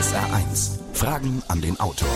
SR1. Fragen an den Autor.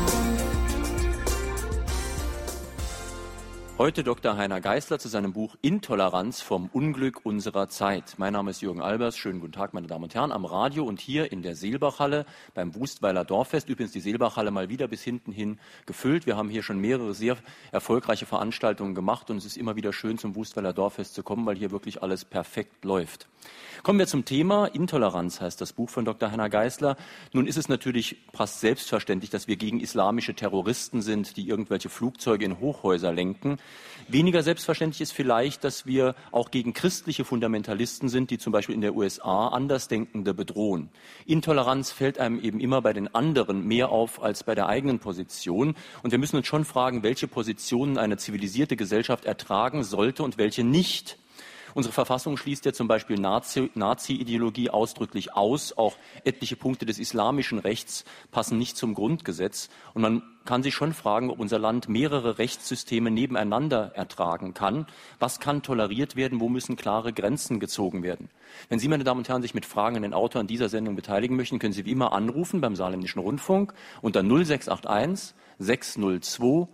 Heute Dr. Heiner Geisler zu seinem Buch Intoleranz vom Unglück unserer Zeit. Mein Name ist Jürgen Albers. Schönen guten Tag, meine Damen und Herren, am Radio und hier in der Seelbachhalle beim Wustweiler Dorffest. Übrigens die Seelbachhalle mal wieder bis hinten hin gefüllt. Wir haben hier schon mehrere sehr erfolgreiche Veranstaltungen gemacht und es ist immer wieder schön, zum Wustweiler Dorffest zu kommen, weil hier wirklich alles perfekt läuft. Kommen wir zum Thema. Intoleranz heißt das Buch von Dr. Heiner Geisler. Nun ist es natürlich fast selbstverständlich, dass wir gegen islamische Terroristen sind, die irgendwelche Flugzeuge in Hochhäuser lenken. Weniger selbstverständlich ist vielleicht, dass wir auch gegen christliche Fundamentalisten sind, die zum Beispiel in der USA Andersdenkende bedrohen. Intoleranz fällt einem eben immer bei den anderen mehr auf als bei der eigenen Position. Und wir müssen uns schon fragen, welche Positionen eine zivilisierte Gesellschaft ertragen sollte und welche nicht. Unsere Verfassung schließt ja zum Beispiel Nazi-Ideologie ausdrücklich aus. Auch etliche Punkte des islamischen Rechts passen nicht zum Grundgesetz. Und man kann sich schon fragen, ob unser Land mehrere Rechtssysteme nebeneinander ertragen kann. Was kann toleriert werden? Wo müssen klare Grenzen gezogen werden? Wenn Sie, meine Damen und Herren, sich mit Fragen an den Autor an dieser Sendung beteiligen möchten, können Sie wie immer anrufen beim Saarländischen Rundfunk unter 0681 602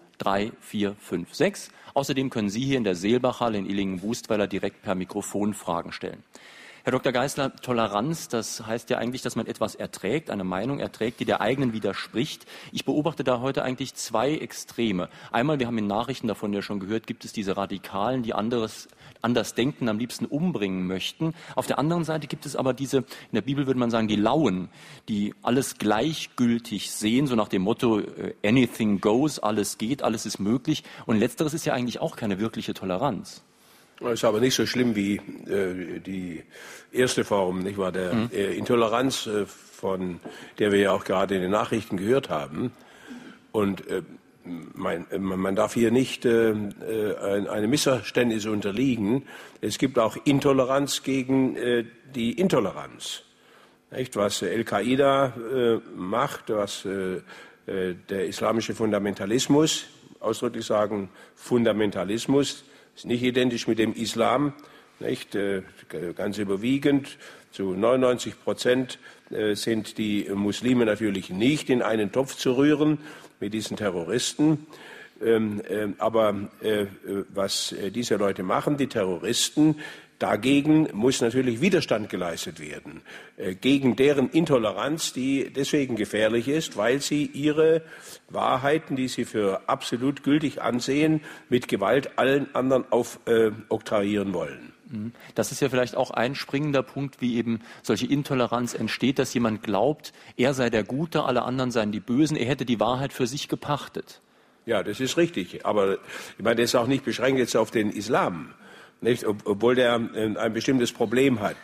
3456. Außerdem können Sie hier in der Seelbachhalle in Illingen-Wustweiler direkt per Mikrofon Fragen stellen. Herr Dr. Geisler, Toleranz, das heißt ja eigentlich, dass man etwas erträgt, eine Meinung erträgt, die der eigenen widerspricht. Ich beobachte da heute eigentlich zwei Extreme. Einmal, wir haben in Nachrichten davon ja schon gehört, gibt es diese Radikalen, die anders denken, am liebsten umbringen möchten. Auf der anderen Seite gibt es aber diese, in der Bibel würde man sagen, die Lauen, die alles gleichgültig sehen, so nach dem Motto, anything goes, alles geht, alles ist möglich. Und letzteres ist ja eigentlich auch keine wirkliche Toleranz. Das ist aber nicht so schlimm wie die erste Form, nicht wahr, der Intoleranz, von der wir ja auch gerade in den Nachrichten gehört haben. Und man darf hier nicht einem Missverständnis unterliegen. Es gibt auch Intoleranz gegen die Intoleranz. Nicht? Was Al-Qaida macht, was der islamische Fundamentalismus, ausdrücklich sagen Fundamentalismus, ist nicht identisch mit dem Islam, nicht? Ganz überwiegend, zu 99% sind die Muslime natürlich nicht in einen Topf zu rühren mit diesen Terroristen. Aber was diese Leute machen, die Terroristen, dagegen muss natürlich Widerstand geleistet werden, gegen deren Intoleranz, die deswegen gefährlich ist, weil sie ihre Wahrheiten, die sie für absolut gültig ansehen, mit Gewalt allen anderen oktroyieren wollen. Das ist ja vielleicht auch ein springender Punkt, wie eben solche Intoleranz entsteht, dass jemand glaubt, er sei der Gute, alle anderen seien die Bösen, er hätte die Wahrheit für sich gepachtet. Ja, das ist richtig, aber ich meine, das ist auch nicht beschränkt jetzt auf den Islam. Nicht, obwohl der ein bestimmtes Problem hat.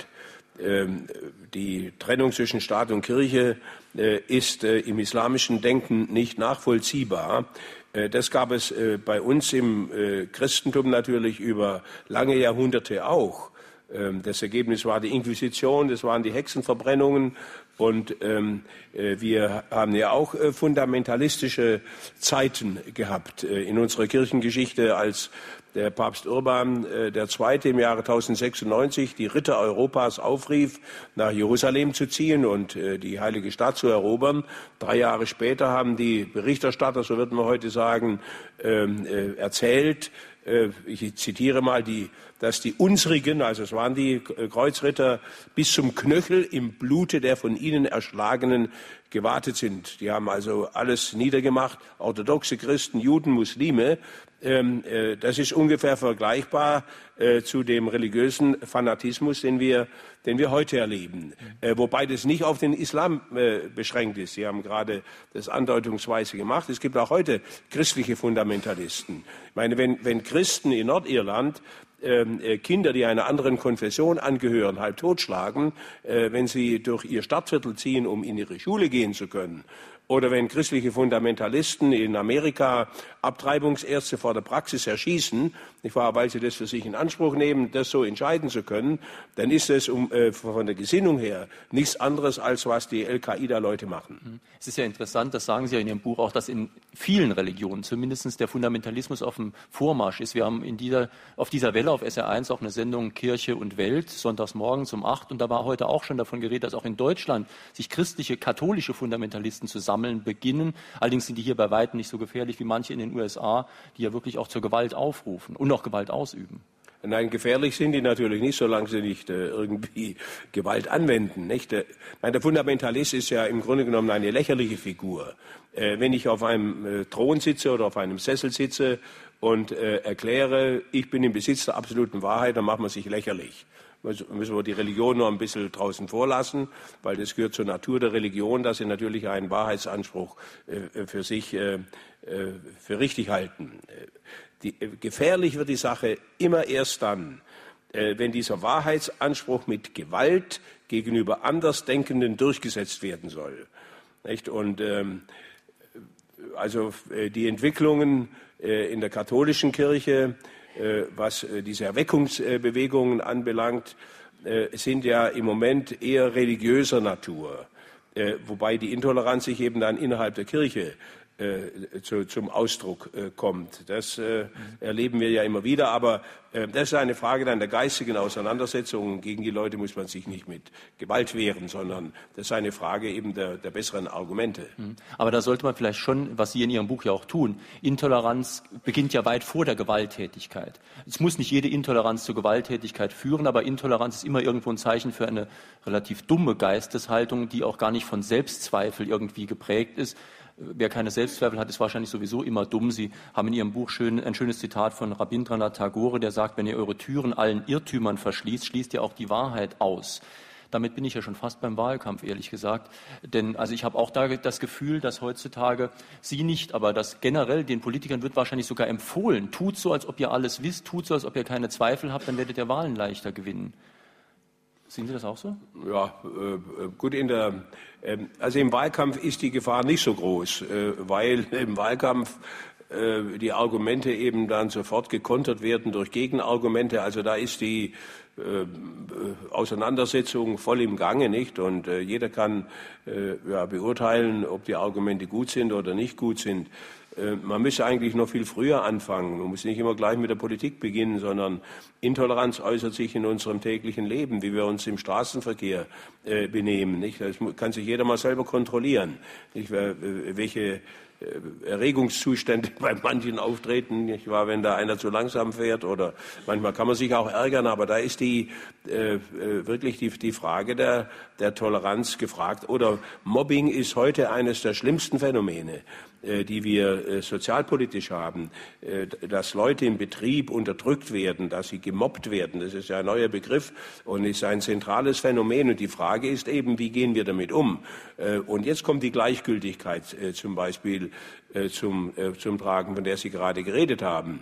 Die Trennung zwischen Staat und Kirche ist im islamischen Denken nicht nachvollziehbar. Das gab es bei uns im Christentum natürlich über lange Jahrhunderte auch. Das Ergebnis war die Inquisition, das waren die Hexenverbrennungen und wir haben ja auch fundamentalistische Zeiten gehabt in unserer Kirchengeschichte, als der Papst Urban II. Im Jahre 1096 die Ritter Europas aufrief, nach Jerusalem zu ziehen und die heilige Stadt zu erobern. 3 Jahre später haben die Berichterstatter, so würden wir heute sagen, erzählt, ich zitiere mal, dass die unsrigen, also es waren die Kreuzritter, bis zum Knöchel im Blute der von ihnen Erschlagenen gewartet sind. Die haben also alles niedergemacht, orthodoxe Christen, Juden, Muslime. Das ist ungefähr vergleichbar zu dem religiösen Fanatismus, den wir heute erleben. Wobei das nicht auf den Islam beschränkt ist. Sie haben gerade das andeutungsweise gemacht. Es gibt auch heute christliche Fundamentalisten. Ich meine, wenn Christen in Nordirland Kinder, die einer anderen Konfession angehören, halb totschlagen, wenn sie durch ihr Stadtviertel ziehen, um in ihre Schule gehen zu können, Oder wenn christliche Fundamentalisten in Amerika Abtreibungsärzte vor der Praxis erschießen, nicht wahr, weil sie das für sich in Anspruch nehmen, das so entscheiden zu können, dann ist es von der Gesinnung her nichts anderes, als was die Al-Qaida-Leute machen. Es ist ja interessant, das sagen Sie ja in Ihrem Buch auch, dass in vielen Religionen zumindest der Fundamentalismus auf dem Vormarsch ist. Wir haben auf dieser Welle auf SR1 auch eine Sendung Kirche und Welt, sonntags morgens um 8. Und da war heute auch schon davon geredet, dass auch in Deutschland sich christliche, katholische Fundamentalisten zu sammeln beginnen. Allerdings sind die hier bei weitem nicht so gefährlich wie manche in den USA, die ja wirklich auch zur Gewalt aufrufen und auch Gewalt ausüben. Nein, gefährlich sind die natürlich nicht, solange sie nicht irgendwie Gewalt anwenden. Nicht? Der Fundamentalist ist ja im Grunde genommen eine lächerliche Figur. Wenn ich auf einem Thron sitze oder auf einem Sessel sitze und erkläre, ich bin im Besitz der absoluten Wahrheit, dann macht man sich lächerlich. Müssen wir die Religion noch ein bisschen draußen vorlassen, weil das gehört zur Natur der Religion, dass sie natürlich einen Wahrheitsanspruch für sich für richtig halten. Gefährlich wird die Sache immer erst dann, wenn dieser Wahrheitsanspruch mit Gewalt gegenüber Andersdenkenden durchgesetzt werden soll. Nicht? Und also die Entwicklungen in der katholischen Kirche, was diese Erweckungsbewegungen anbelangt, sind ja im Moment eher religiöser Natur, wobei die Intoleranz sich eben dann innerhalb der Kirche zum Ausdruck kommt. Das erleben wir ja immer wieder, aber das ist eine Frage dann der geistigen Auseinandersetzung. Gegen die Leute muss man sich nicht mit Gewalt wehren, sondern das ist eine Frage eben der besseren Argumente. Aber da sollte man vielleicht schon, was Sie in Ihrem Buch ja auch tun, Intoleranz beginnt ja weit vor der Gewalttätigkeit. Es muss nicht jede Intoleranz zur Gewalttätigkeit führen, aber Intoleranz ist immer irgendwo ein Zeichen für eine relativ dumme Geisteshaltung, die auch gar nicht von Selbstzweifel irgendwie geprägt ist. Wer keine Selbstzweifel hat, ist wahrscheinlich sowieso immer dumm. Sie haben in Ihrem Buch ein schönes Zitat von Rabindranath Tagore, der sagt, wenn ihr eure Türen allen Irrtümern verschließt, schließt ihr auch die Wahrheit aus. Damit bin ich ja schon fast beim Wahlkampf, ehrlich gesagt. Denn also ich habe auch da das Gefühl, dass heutzutage Sie nicht, aber dass generell den Politikern wird wahrscheinlich sogar empfohlen, tut so, als ob ihr alles wisst, tut so, als ob ihr keine Zweifel habt, dann werdet ihr Wahlen leichter gewinnen. Sehen Sie das auch so? Ja, gut, also im Wahlkampf ist die Gefahr nicht so groß, weil im Wahlkampf die Argumente eben dann sofort gekontert werden durch Gegenargumente. Also da ist die Auseinandersetzung voll im Gange, nicht? Und jeder kann beurteilen, ob die Argumente gut sind oder nicht gut sind. Man müsste eigentlich noch viel früher anfangen. Man muss nicht immer gleich mit der Politik beginnen, sondern Intoleranz äußert sich in unserem täglichen Leben, wie wir uns im Straßenverkehr benehmen. Nicht? Das kann sich jeder mal selber kontrollieren, nicht? Welche Erregungszustände bei manchen auftreten, nicht wahr, wenn da einer zu langsam fährt, oder manchmal kann man sich auch ärgern, aber da ist wirklich die Frage der Toleranz gefragt. Oder Mobbing ist heute eines der schlimmsten Phänomene, die wir sozialpolitisch haben, dass Leute im Betrieb unterdrückt werden, dass sie gemobbt werden. Das ist ja ein neuer Begriff und ist ein zentrales Phänomen. Und die Frage ist eben, wie gehen wir damit um? Und jetzt kommt die Gleichgültigkeit zum Beispiel zum Tragen, von der Sie gerade geredet haben.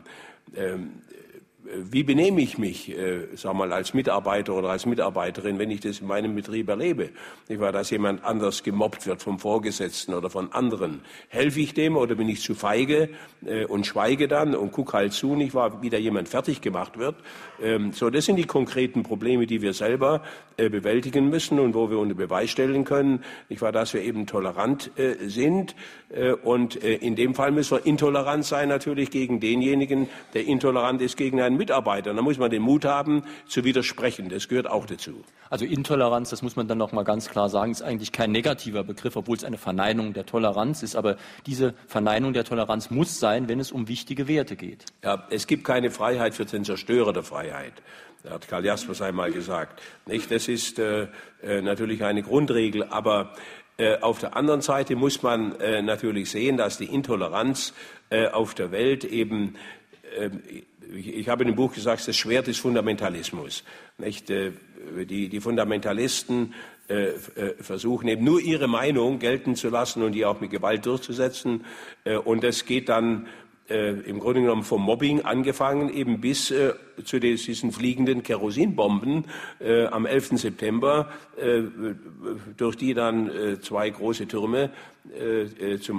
Wie benehme ich mich, als Mitarbeiter oder als Mitarbeiterin, wenn ich das in meinem Betrieb erlebe? Nicht wahr, dass jemand anders gemobbt wird vom Vorgesetzten oder von anderen. Helfe ich dem oder bin ich zu feige und schweige dann und gucke halt zu, nicht wahr, wie da jemand fertig gemacht wird? Das sind die konkreten Probleme, die wir selber bewältigen müssen und wo wir unter Beweis stellen können, nicht wahr, dass wir eben tolerant sind. Und in dem Fall müssen wir intolerant sein natürlich gegen denjenigen, der intolerant ist gegen einen Mitarbeiter. Da muss man den Mut haben, zu widersprechen. Das gehört auch dazu. Also Intoleranz, das muss man dann noch mal ganz klar sagen, ist eigentlich kein negativer Begriff, obwohl es eine Verneinung der Toleranz ist. Aber diese Verneinung der Toleranz muss sein, wenn es um wichtige Werte geht. Ja, es gibt keine Freiheit für den Zerstörer der Freiheit. Das hat Karl Jaspers einmal gesagt. Nicht? Das ist natürlich eine Grundregel, aber auf der anderen Seite muss man natürlich sehen, dass die Intoleranz auf der Welt eben, ich habe in dem Buch gesagt, das Schwert des Fundamentalismus. Nicht? Die Fundamentalisten versuchen eben nur ihre Meinung gelten zu lassen und die auch mit Gewalt durchzusetzen. Und das geht dann im Grunde genommen vom Mobbing angefangen eben bis zu diesen fliegenden Kerosinbomben am 11. September, durch die dann zwei große Türme zum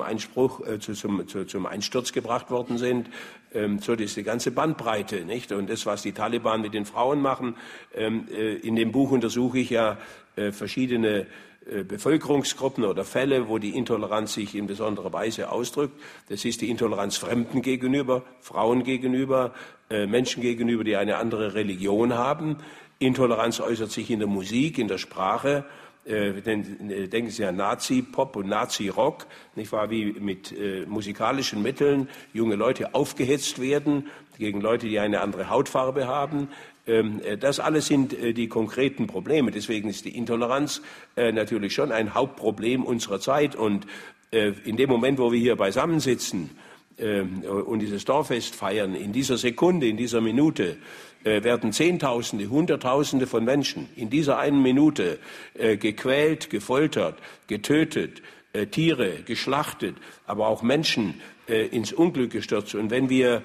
Einsturz gebracht worden sind. So, das ist die ganze Bandbreite, nicht? Und das, was die Taliban mit den Frauen machen, in dem Buch untersuche ich ja verschiedene Bevölkerungsgruppen oder Fälle, wo die Intoleranz sich in besonderer Weise ausdrückt. Das ist die Intoleranz Fremden gegenüber, Frauen gegenüber, Menschen gegenüber, die eine andere Religion haben. Intoleranz äußert sich in der Musik, in der Sprache. Denken Sie an Nazi-Pop und Nazi-Rock, nicht wahr, wie mit musikalischen Mitteln junge Leute aufgehetzt werden gegen Leute, die eine andere Hautfarbe haben. Das alles sind die konkreten Probleme. Deswegen ist die Intoleranz natürlich schon ein Hauptproblem unserer Zeit. Und in dem Moment, wo wir hier beisammensitzen und dieses Dorffest feiern, in dieser Sekunde, in dieser Minute, werden Zehntausende, Hunderttausende von Menschen in dieser einen Minute gequält, gefoltert, getötet, Tiere geschlachtet, aber auch Menschen ins Unglück gestürzt. Und wenn wir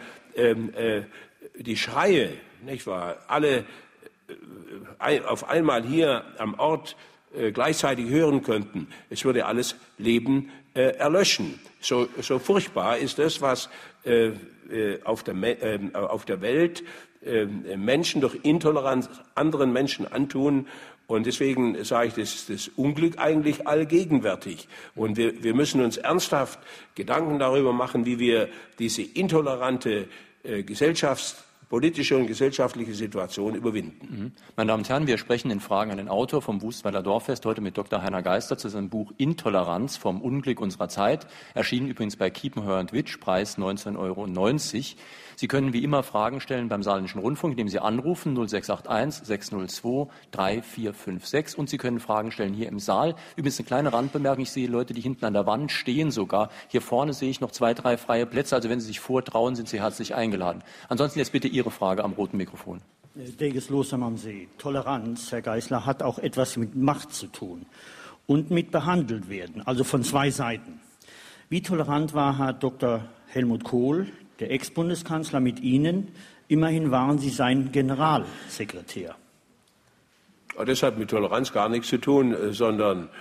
die Schreie, nicht wahr, alle auf einmal hier am Ort gleichzeitig hören könnten, es würde alles Leben erlöschen. So furchtbar ist das, was auf der Welt Menschen durch Intoleranz anderen Menschen antun. Und deswegen sage ich, das Unglück eigentlich allgegenwärtig. Und wir müssen uns ernsthaft Gedanken darüber machen, wie wir diese intolerante politische und gesellschaftliche Situation überwinden. Meine Damen und Herren, wir sprechen in Fragen an den Autor vom Wustweiler Dorffest heute mit Dr. Heiner Geisler zu seinem Buch Intoleranz vom Unglück unserer Zeit. Erschienen übrigens bei Kiepenheuer & Witsch, Preis 19,90 €. Sie können wie immer Fragen stellen beim Saarländischen Rundfunk, indem Sie anrufen 0681 602 3456 und Sie können Fragen stellen hier im Saal. Übrigens eine kleine Randbemerkung, ich sehe Leute, die hinten an der Wand stehen sogar. Hier vorne sehe ich noch 2, 3 freie Plätze, also wenn Sie sich vortrauen, sind Sie herzlich eingeladen. Ansonsten jetzt bitte Ihre Frage am roten Mikrofon. Deges Losam am See. Toleranz, Herr Geisler, hat auch etwas mit Macht zu tun und mit behandelt werden, also von zwei Seiten. Wie tolerant war Herr Dr. Helmut Kohl, der Ex-Bundeskanzler, mit Ihnen? Immerhin waren Sie sein Generalsekretär. Das hat mit Toleranz gar nichts zu tun, sondern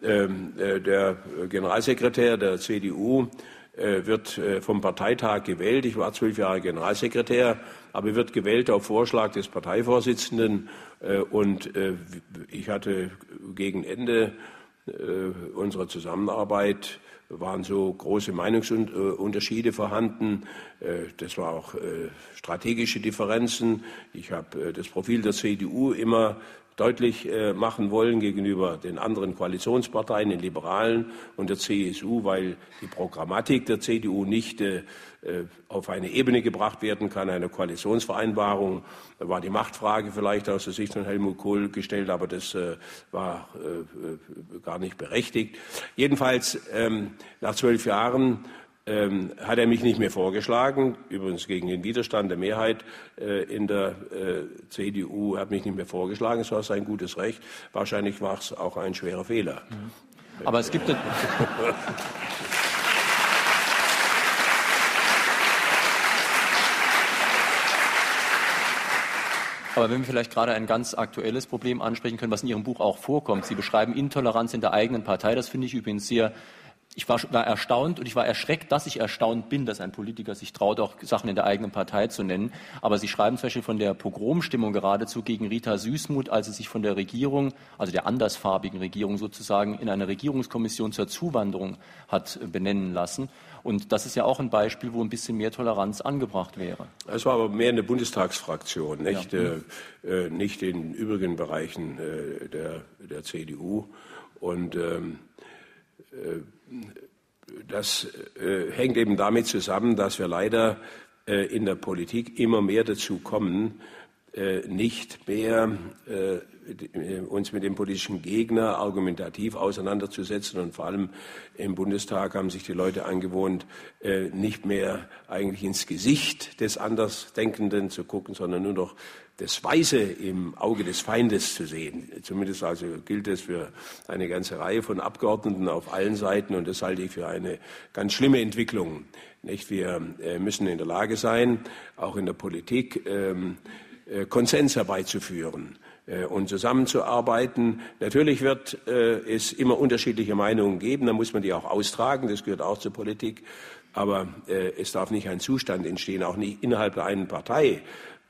der Generalsekretär der CDU wird vom Parteitag gewählt. Ich war 12 Jahre Generalsekretär, aber wird gewählt auf Vorschlag des Parteivorsitzenden. Und ich hatte gegen Ende unserer Zusammenarbeit waren so große Meinungsunterschiede vorhanden. Das war auch strategische Differenzen. Ich habe das Profil der CDU immer deutlich machen wollen gegenüber den anderen Koalitionsparteien, den Liberalen und der CSU, weil die Programmatik der CDU nicht auf eine Ebene gebracht werden kann, eine Koalitionsvereinbarung. Da war die Machtfrage vielleicht aus der Sicht von Helmut Kohl gestellt, aber das war gar nicht berechtigt. Jedenfalls nach 12 Jahren hat er mich nicht mehr vorgeschlagen, übrigens gegen den Widerstand der Mehrheit in der CDU, hat mich nicht mehr vorgeschlagen, es war sein gutes Recht. Wahrscheinlich war es auch ein schwerer Fehler. Aber es gibt... Aber wenn wir vielleicht gerade ein ganz aktuelles Problem ansprechen können, was in Ihrem Buch auch vorkommt. Sie beschreiben Intoleranz in der eigenen Partei. Das finde ich übrigens sehr... Ich war erstaunt und ich war erschreckt, dass ich erstaunt bin, dass ein Politiker sich traut, auch Sachen in der eigenen Partei zu nennen. Aber Sie schreiben zum Beispiel von der Pogromstimmung geradezu gegen Rita Süssmuth, als sie sich von der Regierung, also der andersfarbigen Regierung sozusagen, in eine Regierungskommission zur Zuwanderung hat benennen lassen. Und das ist ja auch ein Beispiel, wo ein bisschen mehr Toleranz angebracht wäre. Es war aber mehr in der Bundestagsfraktion, nicht, ja. Nicht in übrigen Bereichen der CDU. Und das hängt eben damit zusammen, dass wir leider in der Politik immer mehr dazu kommen, nicht mehr uns mit dem politischen Gegner argumentativ auseinanderzusetzen. Und vor allem im Bundestag haben sich die Leute angewohnt, nicht mehr eigentlich ins Gesicht des Andersdenkenden zu gucken, sondern nur noch das Weiße im Auge des Feindes zu sehen. Zumindest also gilt es für eine ganze Reihe von Abgeordneten auf allen Seiten. Und das halte ich für eine ganz schlimme Entwicklung. Nicht? Wir müssen in der Lage sein, auch in der Politik Konsens herbeizuführen und zusammenzuarbeiten. Natürlich wird es immer unterschiedliche Meinungen geben, da muss man die auch austragen, das gehört auch zur Politik. Aber es darf nicht ein Zustand entstehen, auch nicht innerhalb der einen Partei,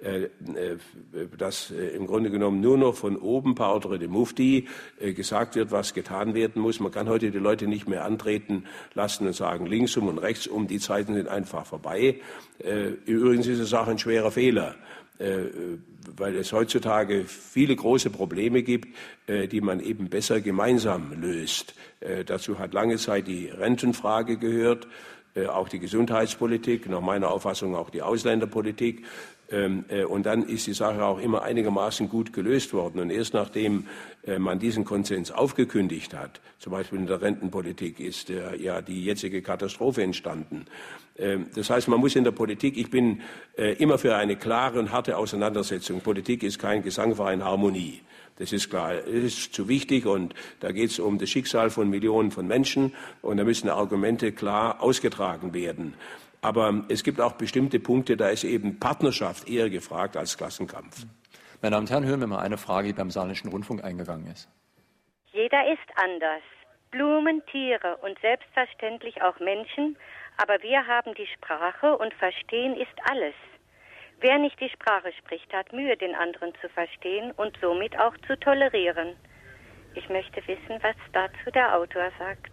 dass im Grunde genommen nur noch von oben par ordre de Mufti gesagt wird, was getan werden muss. Man kann heute die Leute nicht mehr antreten lassen und sagen, linksum und rechtsum, die Zeiten sind einfach vorbei. Übrigens ist es auch ein schwerer Fehler, weil es heutzutage viele große Probleme gibt, die man eben besser gemeinsam löst. Dazu hat lange Zeit die Rentenfrage gehört, auch die Gesundheitspolitik, nach meiner Auffassung auch die Ausländerpolitik. Und dann ist die Sache auch immer einigermaßen gut gelöst worden. Und erst nachdem man diesen Konsens aufgekündigt hat, zum Beispiel in der Rentenpolitik, ist ja die jetzige Katastrophe entstanden. Das heißt, man muss in der Politik, ich bin immer für eine klare und harte Auseinandersetzung. Politik ist kein Gesangverein Harmonie. Das ist klar, es ist zu wichtig und da geht es um das Schicksal von Millionen von Menschen und da müssen Argumente klar ausgetragen werden. Aber es gibt auch bestimmte Punkte, da ist eben Partnerschaft eher gefragt als Klassenkampf. Meine Damen und Herren, hören wir mal eine Frage, die beim Saarländischen Rundfunk eingegangen ist. Jeder ist anders. Blumen, Tiere und selbstverständlich auch Menschen, aber wir haben die Sprache und Verstehen ist alles. Wer nicht die Sprache spricht, hat Mühe, den anderen zu verstehen und somit auch zu tolerieren. Ich möchte wissen, was dazu der Autor sagt.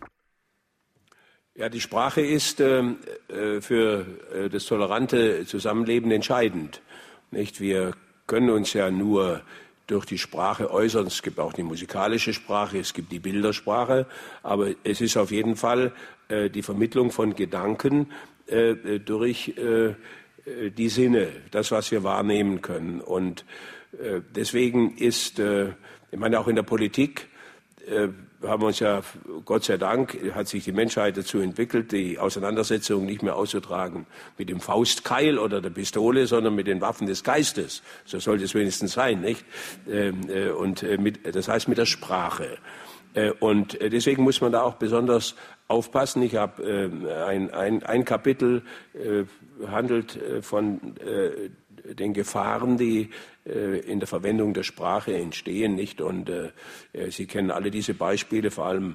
Ja, die Sprache ist für das tolerante Zusammenleben entscheidend. Nicht? Wir können uns ja nur durch die Sprache äußern. Es gibt auch die musikalische Sprache, es gibt die Bildersprache, aber es ist auf jeden Fall die Vermittlung von Gedanken durch die Sinne, das, was wir wahrnehmen können. Und deswegen ist, ich meine, auch in der Politik haben wir uns ja, Gott sei Dank, hat sich die Menschheit dazu entwickelt, die Auseinandersetzung nicht mehr auszutragen mit dem Faustkeil oder der Pistole, sondern mit den Waffen des Geistes. So sollte es wenigstens sein, nicht? Das heißt mit der Sprache. Und deswegen muss man da auch besonders aufpassen. Ich habe ein Kapitel handelt von den Gefahren, die in der Verwendung der Sprache entstehen, nicht? Und Sie kennen alle diese Beispiele, vor allem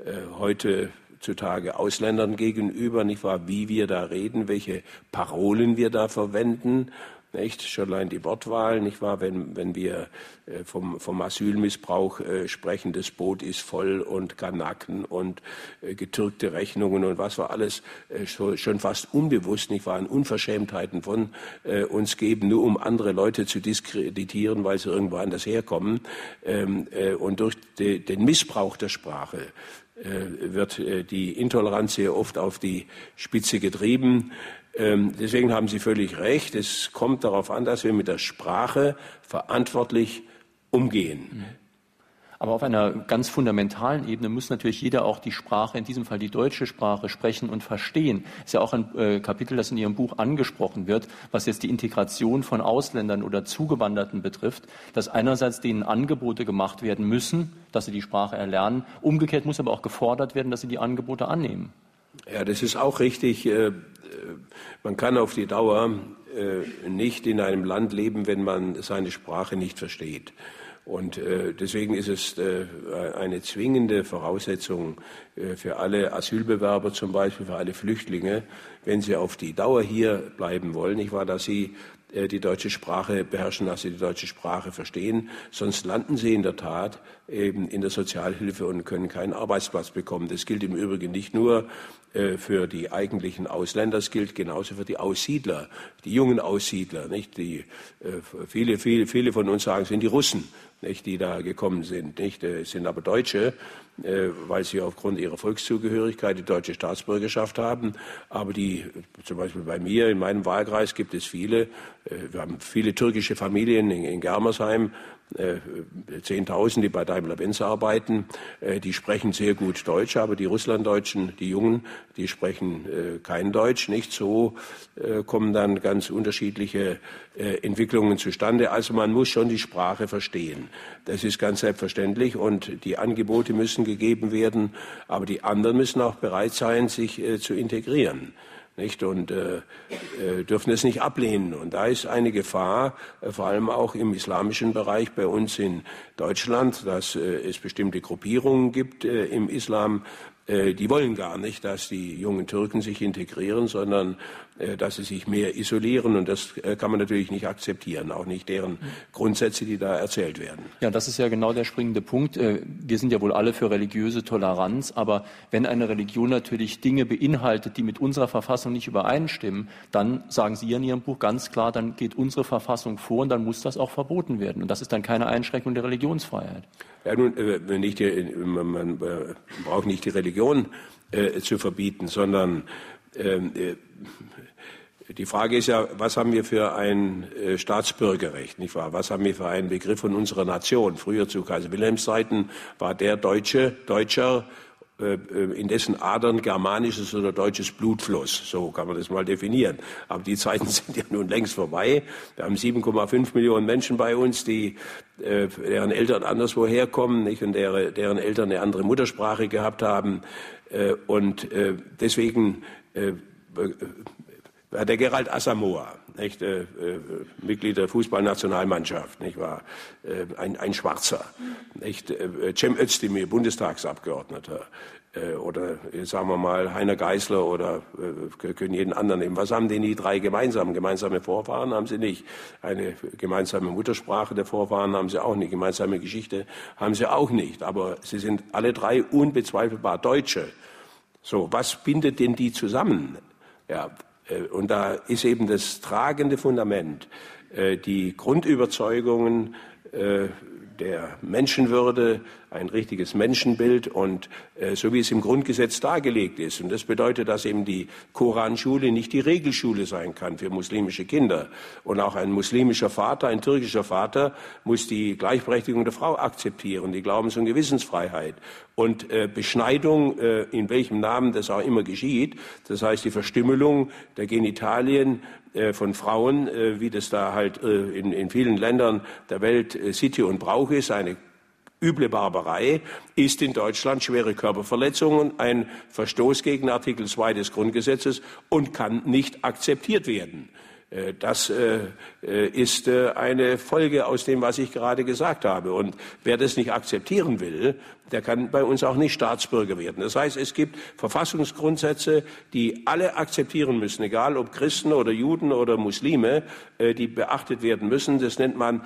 heutzutage Ausländern gegenüber, nicht wahr? Wie wir da reden, welche Parolen wir da verwenden. Nicht? Schon allein die Wortwahl, nicht wahr? Wenn wir vom Asylmissbrauch sprechen, das Boot ist voll und Kanaken und getürkte Rechnungen und was wir alles schon fast unbewusst, nicht wahr, an Unverschämtheiten von uns geben, nur um andere Leute zu diskreditieren, weil sie irgendwo anders herkommen. Und durch den Missbrauch der Sprache wird die Intoleranz sehr oft auf die Spitze getrieben. Deswegen haben Sie völlig recht. Es kommt darauf an, dass wir mit der Sprache verantwortlich umgehen. Aber auf einer ganz fundamentalen Ebene muss natürlich jeder auch die Sprache, in diesem Fall die deutsche Sprache, sprechen und verstehen. Das ist ja auch ein Kapitel, das in Ihrem Buch angesprochen wird, was jetzt die Integration von Ausländern oder Zugewanderten betrifft, dass einerseits denen Angebote gemacht werden müssen, dass sie die Sprache erlernen. Umgekehrt muss aber auch gefordert werden, dass sie die Angebote annehmen. Ja, das ist auch richtig. Man kann auf die Dauer nicht in einem Land leben, wenn man seine Sprache nicht versteht. Und deswegen ist es eine zwingende Voraussetzung für alle Asylbewerber, zum Beispiel für alle Flüchtlinge, wenn sie auf die Dauer hier bleiben wollen, nicht wahr, dass sie die deutsche Sprache beherrschen, dass sie die deutsche Sprache verstehen. Sonst landen sie in der Tat eben in der Sozialhilfe und können keinen Arbeitsplatz bekommen. Das gilt im Übrigen nicht nur für die eigentlichen Ausländer, es gilt genauso für die Aussiedler, die jungen Aussiedler. Nicht? Viele von uns sagen, es sind die Russen. nicht, die da gekommen sind. Nicht? Es sind aber Deutsche, weil sie aufgrund ihrer Volkszugehörigkeit die deutsche Staatsbürgerschaft haben. Aber die, zum Beispiel bei mir, in meinem Wahlkreis gibt es viele, wir haben viele türkische Familien in Germersheim, 10.000, die bei Daimler-Benz arbeiten, die sprechen sehr gut Deutsch, aber die Russlanddeutschen, die Jungen, die sprechen kein Deutsch. Nicht so kommen dann ganz unterschiedliche Entwicklungen zustande. Also man muss schon die Sprache verstehen. Das ist ganz selbstverständlich und die Angebote müssen gegeben werden, aber die anderen müssen auch bereit sein, sich zu integrieren. Nicht? Und dürfen es nicht ablehnen. Und da ist eine Gefahr, vor allem auch im islamischen Bereich bei uns in Deutschland, dass es bestimmte Gruppierungen gibt im Islam, die wollen gar nicht, dass die jungen Türken sich integrieren, sondern dass sie sich mehr isolieren. Und das kann man natürlich nicht akzeptieren, auch nicht deren Grundsätze, die da erzählt werden. Ja, das ist ja genau der springende Punkt. Wir sind ja wohl alle für religiöse Toleranz, aber wenn eine Religion natürlich Dinge beinhaltet, die mit unserer Verfassung nicht übereinstimmen, dann sagen Sie in Ihrem Buch ganz klar, dann geht unsere Verfassung vor und dann muss das auch verboten werden. Und das ist dann keine Einschränkung der Religionsfreiheit. Ja, nun, man braucht nicht die Religion zu verbieten, sondern die Frage ist ja, was haben wir für ein Staatsbürgerrecht, nicht wahr? Was haben wir für einen Begriff von unserer Nation? Früher zu Kaiser Wilhelms Zeiten war der Deutscher, in dessen Adern germanisches oder deutsches Blut floss. So kann man das mal definieren. Aber die Zeiten sind ja nun längst vorbei. Wir haben 7,5 Millionen Menschen bei uns, deren Eltern anderswo herkommen, nicht? Und deren Eltern eine andere Muttersprache gehabt haben. Und deswegen der Gerald Asamoah, nicht, Mitglied der Fußballnationalmannschaft, nicht wahr? Ein Schwarzer, nicht? Cem Özdemir, Bundestagsabgeordneter, oder sagen wir mal Heiner Geißler oder können jeden anderen nehmen. Was haben denn die drei gemeinsam? Gemeinsame Vorfahren haben sie nicht. Eine gemeinsame Muttersprache der Vorfahren haben sie auch nicht. Gemeinsame Geschichte haben sie auch nicht. Aber sie sind alle drei unbezweifelbar Deutsche. So, was bindet denn die zusammen? Ja, und da ist eben das tragende Fundament, die Grundüberzeugungen der Menschenwürde, ein richtiges Menschenbild und so wie es im Grundgesetz dargelegt ist. Und das bedeutet, dass eben die Koranschule nicht die Regelschule sein kann für muslimische Kinder. Und auch ein muslimischer Vater, ein türkischer Vater muss die Gleichberechtigung der Frau akzeptieren, die Glaubens- und Gewissensfreiheit. Und Beschneidung, in welchem Namen das auch immer geschieht, das heißt die Verstümmelung der Genitalien von Frauen, wie das da halt in vielen Ländern der Welt Sitte und Brauch ist, eine üble Barbarei, ist in Deutschland schwere Körperverletzung und ein Verstoß gegen Artikel 2 des Grundgesetzes und kann nicht akzeptiert werden. Das ist eine Folge aus dem, was ich gerade gesagt habe. Und wer das nicht akzeptieren will, der kann bei uns auch nicht Staatsbürger werden. Das heißt, es gibt Verfassungsgrundsätze, die alle akzeptieren müssen, egal ob Christen oder Juden oder Muslime, die beachtet werden müssen. Das nennt man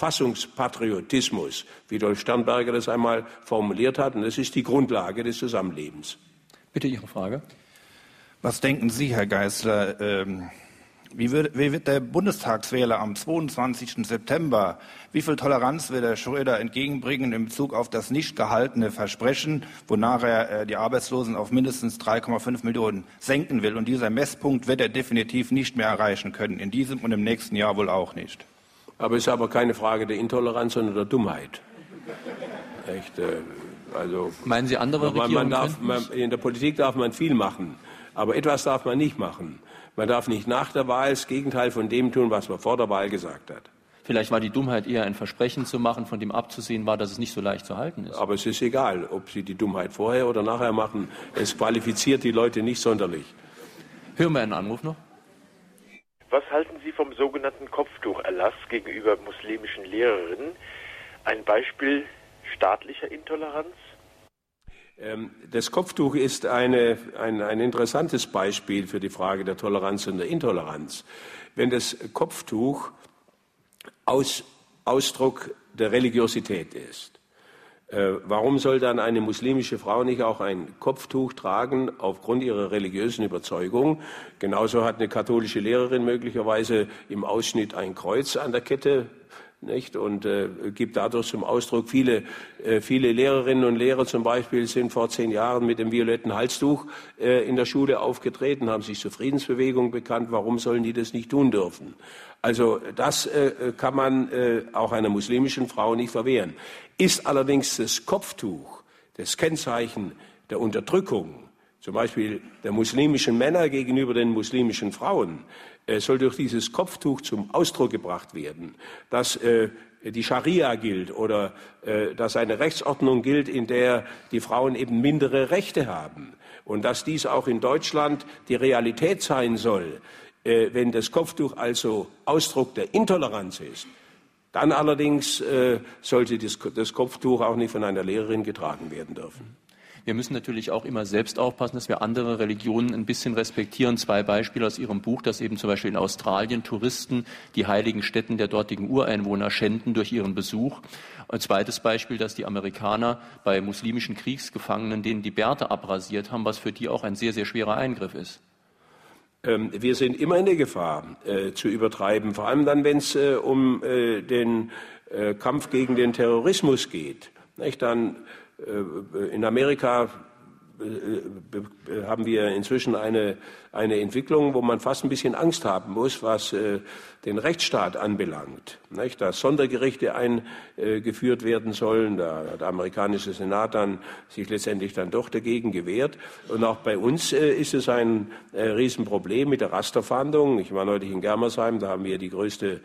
Verfassungspatriotismus, wie Dolf Sternberger das einmal formuliert hat. Und das ist die Grundlage des Zusammenlebens. Bitte Ihre Frage. Was denken Sie, Herr Geißler, wie wird der Bundestagswähler am 22. September, wie viel Toleranz wird der Schröder entgegenbringen in Bezug auf das nicht gehaltene Versprechen, wonach er die Arbeitslosen auf mindestens 3,5 Millionen senken will? Und dieser Messpunkt wird er definitiv nicht mehr erreichen können, in diesem und im nächsten Jahr wohl auch nicht. Aber es ist aber keine Frage der Intoleranz, sondern der Dummheit. Echt, also, meinen Sie andere Regierungen? In der Politik darf man viel machen, aber etwas darf man nicht machen. Man darf nicht nach der Wahl das Gegenteil von dem tun, was man vor der Wahl gesagt hat. Vielleicht war die Dummheit eher ein Versprechen zu machen, von dem abzusehen war, dass es nicht so leicht zu halten ist. Aber es ist egal, ob Sie die Dummheit vorher oder nachher machen. Es qualifiziert die Leute nicht sonderlich. Hören wir einen Anruf noch? Was halten Sie vom sogenannten Kopftucherlass gegenüber muslimischen Lehrerinnen? Ein Beispiel staatlicher Intoleranz? Das Kopftuch ist ein interessantes Beispiel für die Frage der Toleranz und der Intoleranz. Wenn das Kopftuch Ausdruck der Religiosität ist, warum soll dann eine muslimische Frau nicht auch ein Kopftuch tragen aufgrund ihrer religiösen Überzeugung? Genauso hat eine katholische Lehrerin möglicherweise im Ausschnitt ein Kreuz an der Kette nicht? Und gibt dadurch zum Ausdruck, viele Lehrerinnen und Lehrer zum Beispiel sind vor 10 Jahren mit dem violetten Halstuch in der Schule aufgetreten, haben sich zur Friedensbewegung bekannt. Warum sollen die das nicht tun dürfen? Also das kann man auch einer muslimischen Frau nicht verwehren. Ist allerdings das Kopftuch das Kennzeichen der Unterdrückung, zum Beispiel der muslimischen Männer gegenüber den muslimischen Frauen, soll durch dieses Kopftuch zum Ausdruck gebracht werden, dass die Scharia gilt oder dass eine Rechtsordnung gilt, in der die Frauen eben mindere Rechte haben. Und dass dies auch in Deutschland die Realität sein soll, wenn das Kopftuch also Ausdruck der Intoleranz ist, dann allerdings sollte das Kopftuch auch nicht von einer Lehrerin getragen werden dürfen. Wir müssen natürlich auch immer selbst aufpassen, dass wir andere Religionen ein bisschen respektieren. 2 Beispiele aus Ihrem Buch, dass eben zum Beispiel in Australien Touristen die heiligen Stätten der dortigen Ureinwohner schänden durch ihren Besuch. Ein zweites Beispiel, dass die Amerikaner bei muslimischen Kriegsgefangenen denen die Bärte abrasiert haben, was für die auch ein sehr, sehr schwerer Eingriff ist. Wir sind immer in der Gefahr, zu übertreiben, vor allem dann, wenn es um den Kampf gegen den Terrorismus geht. Nicht? Dann in Amerika haben wir inzwischen eine Entwicklung, wo man fast ein bisschen Angst haben muss, was den Rechtsstaat anbelangt. Nicht? Dass Sondergerichte eingeführt werden sollen. Da hat der amerikanische Senat dann sich letztendlich dann doch dagegen gewehrt. Und auch bei uns ist es ein Riesenproblem mit der Rasterfahndung. Ich war neulich in Germersheim, da haben wir die größte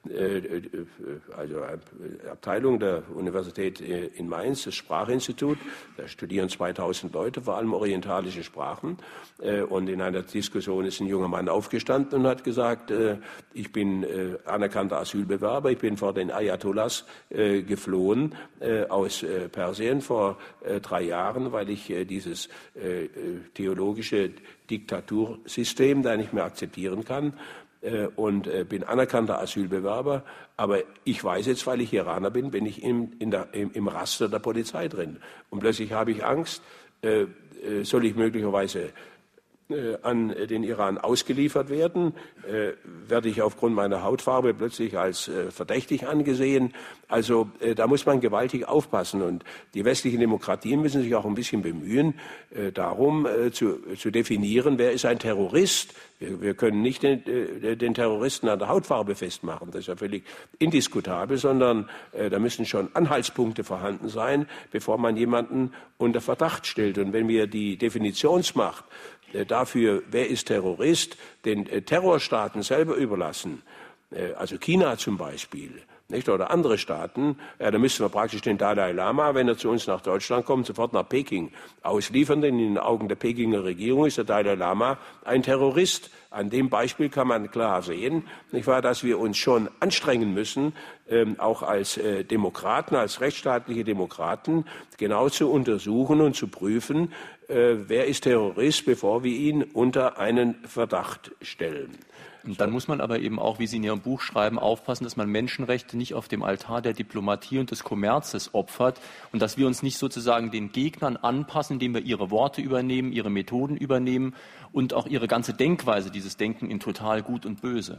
Abteilung der Universität in Mainz, das Sprachinstitut. Da studieren 2000 Leute, vor allem orientalische Sprachen. Und in einer Diskussion ist ein junger Mann aufgestanden und hat gesagt, ich bin anerkannter Asylbewerber, ich bin vor den Ayatollahs geflohen aus Persien vor 3 Jahren, weil ich dieses theologische Diktatursystem da nicht mehr akzeptieren kann. Und bin anerkannter Asylbewerber, aber ich weiß jetzt, weil ich Iraner bin ich im Raster der Polizei drin. Und plötzlich habe ich Angst, soll ich möglicherweise an den Iran ausgeliefert werden, werde ich aufgrund meiner Hautfarbe plötzlich als verdächtig angesehen. Also da muss man gewaltig aufpassen. Und die westlichen Demokratien müssen sich auch ein bisschen bemühen, darum zu definieren, wer ist ein Terrorist. Wir können nicht den Terroristen an der Hautfarbe festmachen. Das ist ja völlig indiskutabel, sondern da müssen schon Anhaltspunkte vorhanden sein, bevor man jemanden unter Verdacht stellt. Und wenn wir die Definitionsmacht dafür, wer ist Terrorist, den Terrorstaaten selber überlassen, also China zum Beispiel, nicht, oder andere Staaten, da müssen wir praktisch den Dalai Lama, wenn er zu uns nach Deutschland kommt, sofort nach Peking ausliefern, denn in den Augen der Pekinger Regierung ist der Dalai Lama ein Terrorist. An dem Beispiel kann man klar sehen, nicht wahr, dass wir uns schon anstrengen müssen, auch als Demokraten, als rechtsstaatliche Demokraten, genau zu untersuchen und zu prüfen, wer ist Terrorist, bevor wir ihn unter einen Verdacht stellen. Und dann muss man aber eben auch, wie Sie in Ihrem Buch schreiben, aufpassen, dass man Menschenrechte nicht auf dem Altar der Diplomatie und des Kommerzes opfert und dass wir uns nicht sozusagen den Gegnern anpassen, indem wir ihre Worte übernehmen, ihre Methoden übernehmen und auch ihre ganze Denkweise, dieses Denken in total gut und böse.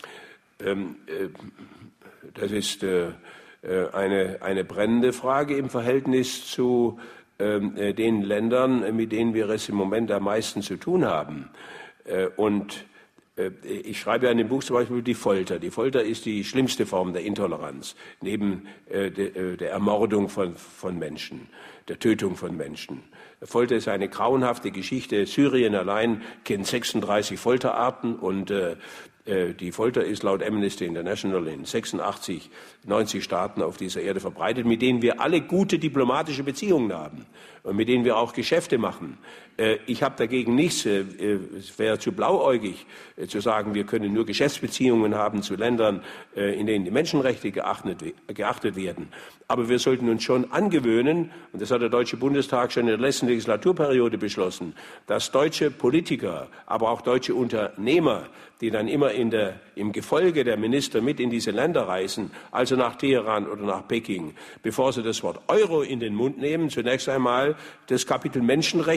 Das ist eine brennende Frage im Verhältnis zu den Ländern, mit denen wir es im Moment am meisten zu tun haben. Und ich schreibe ja in dem Buch zum Beispiel die Folter. Die Folter ist die schlimmste Form der Intoleranz, neben der Ermordung von Menschen, der Tötung von Menschen. Folter ist eine grauenhafte Geschichte. Syrien allein kennt 36 Folterarten und die Folter ist laut Amnesty International in 86, 90 Staaten auf dieser Erde verbreitet, mit denen wir alle gute diplomatische Beziehungen haben und mit denen wir auch Geschäfte machen. Ich habe dagegen nichts. Es wäre zu blauäugig zu sagen, wir können nur Geschäftsbeziehungen haben zu Ländern, in denen die Menschenrechte geachtet werden. Aber wir sollten uns schon angewöhnen, und das hat der Deutsche Bundestag schon in der letzten Legislaturperiode beschlossen, dass deutsche Politiker, aber auch deutsche Unternehmer, die dann immer im Gefolge der Minister mit in diese Länder reisen, also nach Teheran oder nach Peking, bevor sie das Wort Euro in den Mund nehmen, zunächst einmal das Kapitel Menschenrechte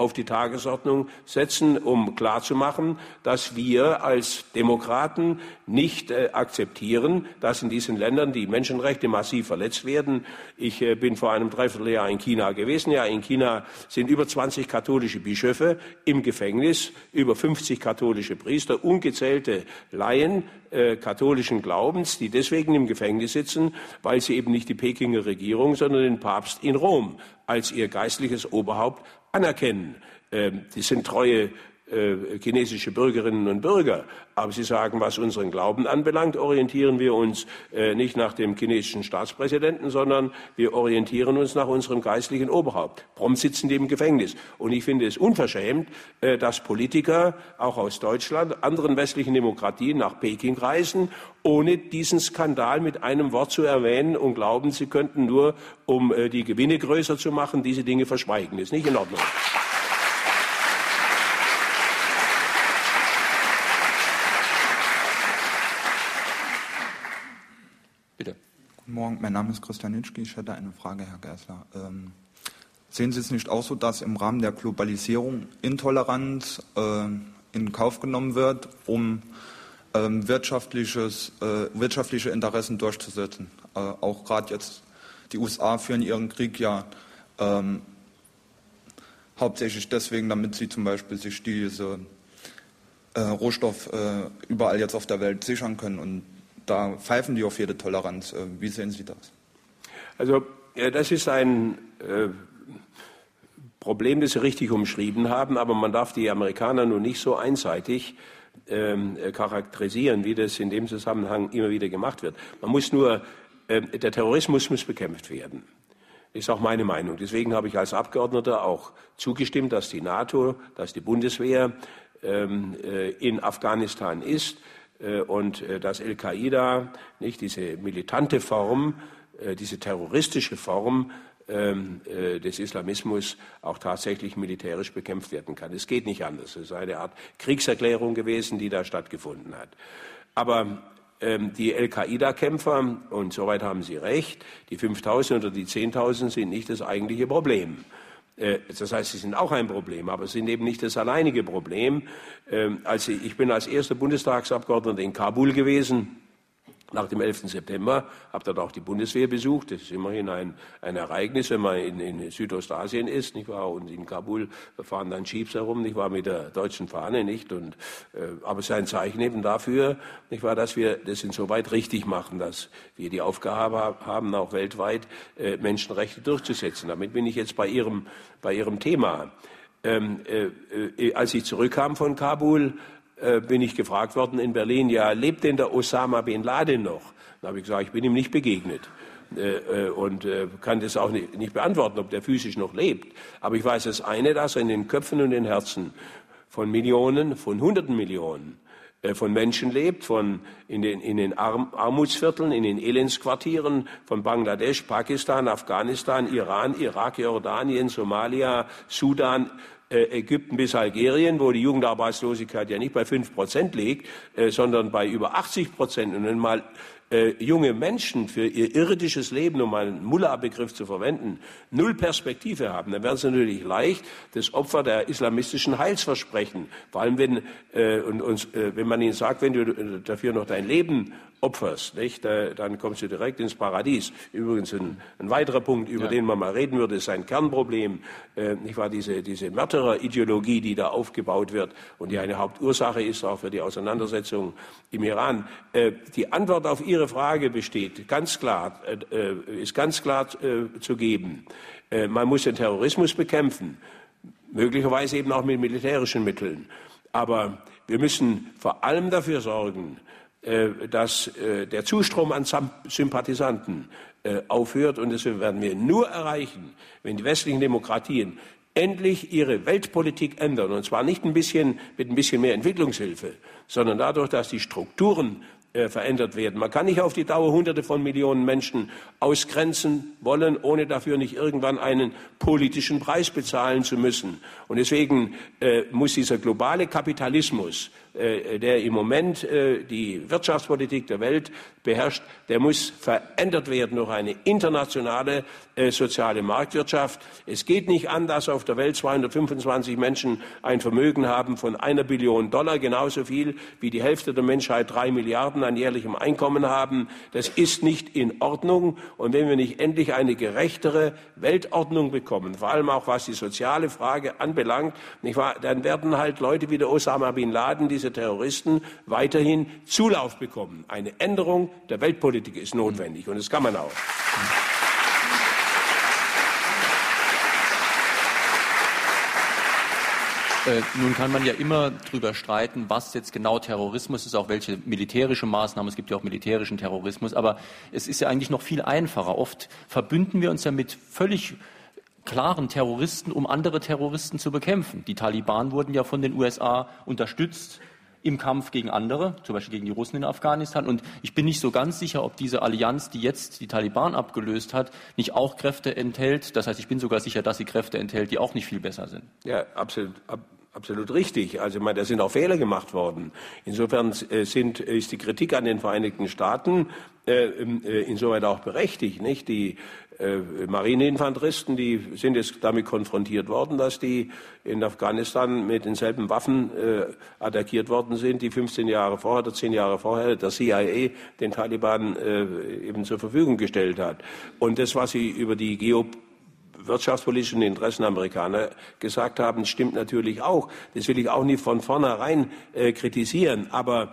auf die Tagesordnung setzen, um klarzumachen, dass wir als Demokraten nicht akzeptieren, dass in diesen Ländern die Menschenrechte massiv verletzt werden. Ich bin vor einem Dreivierteljahr in China gewesen. Ja, in China sind über 20 katholische Bischöfe im Gefängnis, über 50 katholische Priester, ungezählte Laien katholischen Glaubens, die deswegen im Gefängnis sitzen, weil sie eben nicht die Pekinger Regierung, sondern den Papst in Rom als ihr geistliches Oberhaupt anerkennen. Die sind treue chinesische Bürgerinnen und Bürger. Aber sie sagen, was unseren Glauben anbelangt, orientieren wir uns nicht nach dem chinesischen Staatspräsidenten, sondern wir orientieren uns nach unserem geistlichen Oberhaupt. Prompt sitzen die im Gefängnis. Und ich finde es unverschämt, dass Politiker, auch aus Deutschland, anderen westlichen Demokratien nach Peking reisen, ohne diesen Skandal mit einem Wort zu erwähnen und glauben, sie könnten nur, um die Gewinne größer zu machen, diese Dinge verschweigen. Das ist nicht in Ordnung. Guten Morgen, mein Name ist Christian Nitschke. Ich hätte eine Frage, Herr Geisler. Sehen Sie es nicht auch so, dass im Rahmen der Globalisierung Intoleranz in Kauf genommen wird, um wirtschaftliche Interessen durchzusetzen? Auch gerade jetzt die USA führen ihren Krieg ja hauptsächlich deswegen, damit sie zum Beispiel sich diese Rohstoff überall jetzt auf der Welt sichern können, und da pfeifen die auf jede Toleranz. Wie sehen Sie das? Also das ist ein Problem, das Sie richtig umschrieben haben, aber man darf die Amerikaner nun nicht so einseitig charakterisieren, wie das in dem Zusammenhang immer wieder gemacht wird. Man muss nur, der Terrorismus muss bekämpft werden. Ist auch meine Meinung. Deswegen habe ich als Abgeordneter auch zugestimmt, dass die NATO, dass die Bundeswehr in Afghanistan ist. Und dass Al-Qaida, nicht diese militante Form, diese terroristische Form des Islamismus auch tatsächlich militärisch bekämpft werden kann. Es geht nicht anders. Es ist eine Art Kriegserklärung gewesen, die da stattgefunden hat. Aber die Al-Qaida-Kämpfer, und soweit haben Sie recht, die 5.000 oder die 10.000 sind nicht das eigentliche Problem. Das heißt, sie sind auch ein Problem, aber sind eben nicht das alleinige Problem. Ich bin als erster Bundestagsabgeordneter in Kabul gewesen, nach dem 11. September, habe dort auch die Bundeswehr besucht. Das ist immerhin ein Ereignis, wenn man in Südostasien ist, nicht wahr? Und in Kabul fahren dann Jeeps herum, nicht wahr, mit der deutschen Fahne, nicht? Und aber es ist ein Zeichen eben dafür, nicht wahr, dass wir das insoweit richtig machen, dass wir die Aufgabe haben, auch weltweit Menschenrechte durchzusetzen. Damit bin ich jetzt bei Ihrem Thema. Als ich zurückkam von Kabul, bin ich gefragt worden in Berlin, ja, lebt denn der Osama Bin Laden noch? Da habe ich gesagt, ich bin ihm nicht begegnet und kann das auch nicht beantworten, ob der physisch noch lebt. Aber ich weiß das eine, dass er in den Köpfen und den Herzen von Millionen, von Hunderten Millionen von Menschen lebt, in den Armutsvierteln, in den Elendsquartieren von Bangladesch, Pakistan, Afghanistan, Iran, Irak, Jordanien, Somalia, Sudan, Ägypten bis Algerien, wo die Jugendarbeitslosigkeit ja nicht bei 5% liegt, sondern bei über 80%. Und wenn mal junge Menschen für ihr irdisches Leben, um einen Mullah-Begriff zu verwenden, null Perspektive haben, dann werden sie natürlich leicht das Opfer der islamistischen Heilsversprechen. Vor allem, wenn man ihnen sagt, wenn du dafür noch dein Leben opferst, nicht, dann kommst du direkt ins Paradies. Übrigens ein weiterer Punkt, über den man mal reden würde, ist ein Kernproblem, nicht wahr, diese Märtyrer-Ideologie, die da aufgebaut wird und die eine Hauptursache ist auch für die Auseinandersetzung im Iran. Die Antwort auf Ihre Frage besteht ganz klar, zu geben. Man muss den Terrorismus bekämpfen, möglicherweise eben auch mit militärischen Mitteln. Aber wir müssen vor allem dafür sorgen, dass der Zustrom an Sympathisanten aufhört. Und das werden wir nur erreichen, wenn die westlichen Demokratien endlich ihre Weltpolitik ändern. Und zwar nicht mit ein bisschen mehr Entwicklungshilfe, sondern dadurch, dass die Strukturen verändert werden. Man kann nicht auf die Dauer Hunderte von Millionen Menschen ausgrenzen wollen, ohne dafür nicht irgendwann einen politischen Preis bezahlen zu müssen. Und deswegen muss dieser globale Kapitalismus der im Moment die Wirtschaftspolitik der Welt beherrscht, der muss verändert werden durch eine internationale soziale Marktwirtschaft. Es geht nicht an, dass auf der Welt 225 Menschen ein Vermögen haben von $1 Billion, genauso viel wie die Hälfte der Menschheit 3 Milliarden an jährlichem Einkommen haben. Das ist nicht in Ordnung. Und wenn wir nicht endlich eine gerechtere Weltordnung bekommen, vor allem auch was die soziale Frage anbelangt, nicht wahr, dann werden halt Leute wie der Osama Bin Laden, diese Terroristen, weiterhin Zulauf bekommen. Eine Änderung der Weltpolitik ist notwendig und das kann man auch. Nun kann man ja immer drüber streiten, was jetzt genau Terrorismus ist, auch welche militärische Maßnahmen. Es gibt ja auch militärischen Terrorismus, aber es ist ja eigentlich noch viel einfacher. Oft verbünden wir uns ja mit völlig klaren Terroristen, um andere Terroristen zu bekämpfen. Die Taliban wurden ja von den USA unterstützt im Kampf gegen andere, zum Beispiel gegen die Russen in Afghanistan. Und ich bin nicht so ganz sicher, ob diese Allianz, die jetzt die Taliban abgelöst hat, nicht auch Kräfte enthält. Das heißt, ich bin sogar sicher, dass sie Kräfte enthält, die auch nicht viel besser sind. Ja, absolut richtig. Also, da sind auch Fehler gemacht worden. Insofern ist die Kritik an den Vereinigten Staaten insoweit auch berechtigt, nicht? Die Marineinfanteristen, die sind jetzt damit konfrontiert worden, dass die in Afghanistan mit denselben Waffen attackiert worden sind, die 15 Jahre vorher oder 10 Jahre vorher der CIA den Taliban eben zur Verfügung gestellt hat. Und das, was sie über die wirtschaftspolitischen Interessen der Amerikaner gesagt haben, stimmt natürlich auch. Das will ich auch nicht von vornherein kritisieren, aber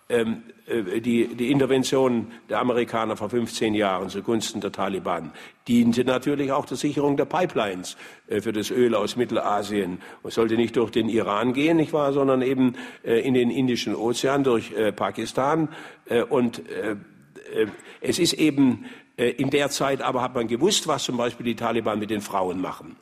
die Intervention der Amerikaner vor 15 Jahren zugunsten der Taliban diente natürlich auch der Sicherung der Pipelines für das Öl aus Mittelasien. Es sollte nicht durch den Iran gehen, nicht wahr, sondern eben in den Indischen Ozean durch Pakistan. Und es ist eben in der Zeit aber hat man gewusst, was zum Beispiel die Taliban mit den Frauen machen.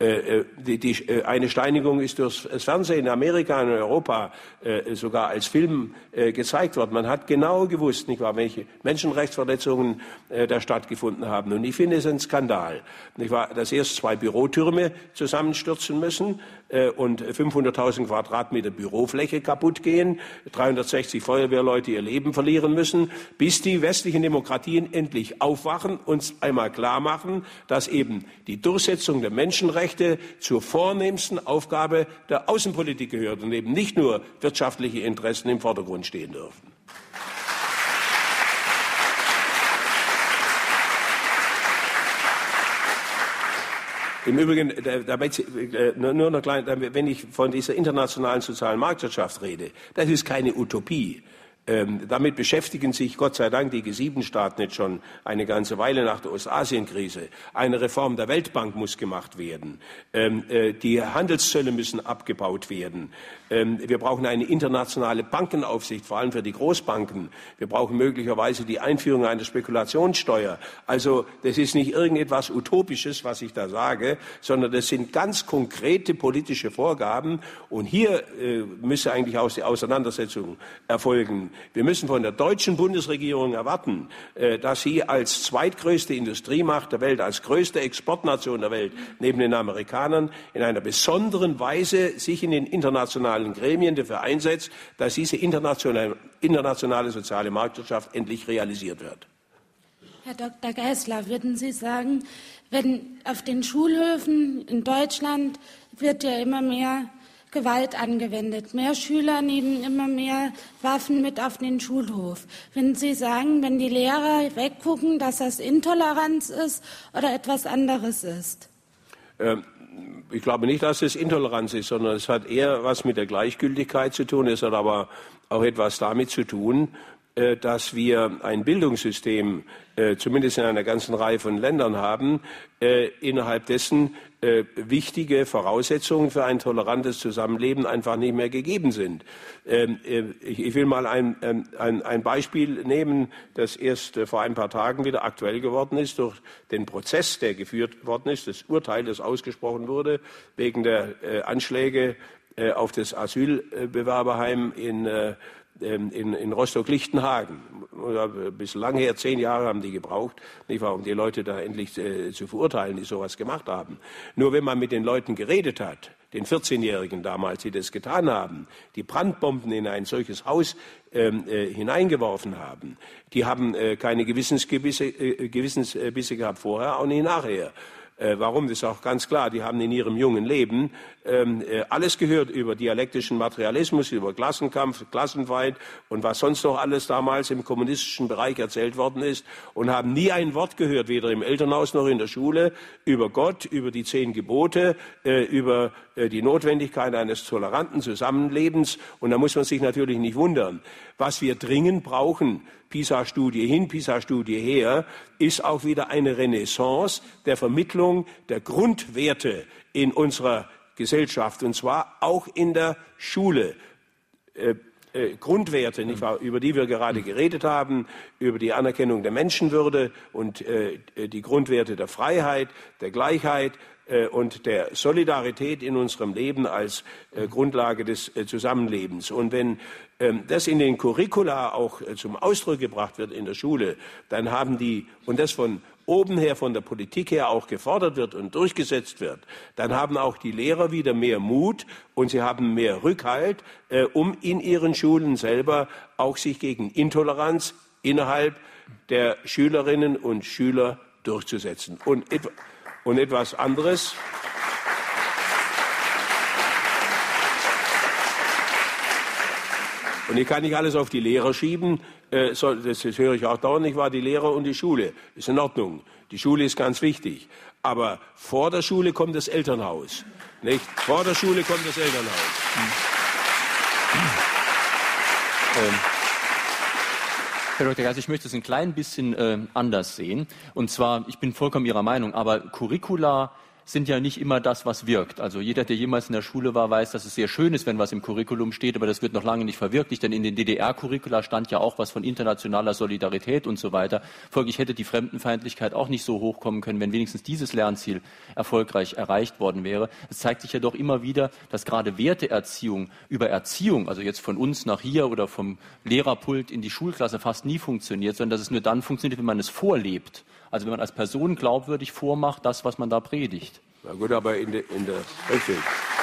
Eine Steinigung ist durchs Fernsehen in Amerika und in Europa sogar als Film gezeigt worden. Man hat genau gewusst, nicht wahr, welche Menschenrechtsverletzungen da stattgefunden haben. Und ich finde es ein Skandal, nicht wahr, dass erst 2 Bürotürme zusammenstürzen müssen und 500.000 Quadratmeter Bürofläche kaputt gehen, 360 Feuerwehrleute ihr Leben verlieren müssen, bis die westlichen Demokratien endlich aufwachen, uns einmal klar machen, dass eben die Durchsetzung der Menschenrechte zur vornehmsten Aufgabe der Außenpolitik gehört und eben nicht nur wirtschaftliche Interessen im Vordergrund stehen dürfen. Im Übrigen, nur noch klein, wenn ich von dieser internationalen sozialen Marktwirtschaft rede, das ist keine Utopie. Damit beschäftigen sich Gott sei Dank die G7-Staaten jetzt schon eine ganze Weile nach der Ostasienkrise. Eine Reform der Weltbank muss gemacht werden. Die Handelszölle müssen abgebaut werden. Wir brauchen eine internationale Bankenaufsicht, vor allem für die Großbanken. Wir brauchen möglicherweise die Einführung einer Spekulationssteuer. Also das ist nicht irgendetwas Utopisches, was ich da sage, sondern das sind ganz konkrete politische Vorgaben. Und hier müsse eigentlich auch die Auseinandersetzung erfolgen. Wir müssen von der deutschen Bundesregierung erwarten, dass sie als zweitgrößte Industriemacht der Welt, als größte Exportnation der Welt, neben den Amerikanern, in einer besonderen Weise sich in den internationalen Gremien dafür einsetzt, dass diese internationale soziale Marktwirtschaft endlich realisiert wird. Herr Dr. Geisler, würden Sie sagen, wenn auf den Schulhöfen in Deutschland wird ja immer mehr Gewalt angewendet. Mehr Schüler nehmen immer mehr Waffen mit auf den Schulhof. Wenn Sie sagen, wenn die Lehrer weggucken, dass das Intoleranz ist oder etwas anderes ist? Ich glaube nicht, dass es Intoleranz ist, sondern es hat eher was mit der Gleichgültigkeit zu tun. Es hat aber auch etwas damit zu tun, dass wir ein Bildungssystem, zumindest in einer ganzen Reihe von Ländern haben, innerhalb dessen wichtige Voraussetzungen für ein tolerantes Zusammenleben einfach nicht mehr gegeben sind. Ich will mal ein Beispiel nehmen, das erst vor ein paar Tagen wieder aktuell geworden ist durch den Prozess, der geführt worden ist, das Urteil, das ausgesprochen wurde wegen der Anschläge auf das Asylbewerberheim in Rostock-Lichtenhagen. Bislang her 10 Jahre haben die gebraucht, nicht wahr, um die Leute da endlich zu verurteilen, die sowas gemacht haben. Nur wenn man mit den Leuten geredet hat, den 14-Jährigen damals, die das getan haben, die Brandbomben in ein solches Haus hineingeworfen haben, die haben keine Gewissensbisse gehabt vorher, auch nicht nachher. Warum? Das ist auch ganz klar. Die haben in ihrem jungen Leben alles gehört über dialektischen Materialismus, über Klassenkampf, Klassenfeind und was sonst noch alles damals im kommunistischen Bereich erzählt worden ist und haben nie ein Wort gehört, weder im Elternhaus noch in der Schule, über Gott, über die 10 Gebote, über die Notwendigkeit eines toleranten Zusammenlebens. Und da muss man sich natürlich nicht wundern. Was wir dringend brauchen, PISA-Studie hin, PISA-Studie her, ist auch wieder eine Renaissance der Vermittlung der Grundwerte in unserer Gesellschaft, und zwar auch in der Schule. Grundwerte, nicht wahr, über die wir gerade geredet haben, über die Anerkennung der Menschenwürde und die Grundwerte der Freiheit, der Gleichheit und der Solidarität in unserem Leben als Grundlage des Zusammenlebens. Und wenn das in den Curricula auch zum Ausdruck gebracht wird in der Schule, dann haben die, und das von oben her, von der Politik her auch gefordert wird und durchgesetzt wird, dann haben auch die Lehrer wieder mehr Mut und sie haben mehr Rückhalt, um in ihren Schulen selber auch sich gegen Intoleranz innerhalb der Schülerinnen und Schüler durchzusetzen. Und etwas anderes. Und ich kann nicht alles auf die Lehrer schieben, das höre ich auch dauernd, nicht wahr? Die Lehrer und die Schule ist in Ordnung. Die Schule ist ganz wichtig. Aber vor der Schule kommt das Elternhaus. Nicht? Vor der Schule kommt das Elternhaus. Herr Dr. Geisler, ich möchte es ein klein bisschen anders sehen. Und zwar, ich bin vollkommen Ihrer Meinung, aber Curricula sind ja nicht immer das, was wirkt. Also jeder, der jemals in der Schule war, weiß, dass es sehr schön ist, wenn was im Curriculum steht, aber das wird noch lange nicht verwirklicht, denn in den DDR-Curricula stand ja auch was von internationaler Solidarität und so weiter. Folglich hätte die Fremdenfeindlichkeit auch nicht so hochkommen können, wenn wenigstens dieses Lernziel erfolgreich erreicht worden wäre. Es zeigt sich ja doch immer wieder, dass gerade Werteerziehung über Erziehung, also jetzt von uns nach hier oder vom Lehrerpult in die Schulklasse fast nie funktioniert, sondern dass es nur dann funktioniert, wenn man es vorlebt. Also wenn man als Person glaubwürdig vormacht, das, was man da predigt. Na gut, aber in der richtig.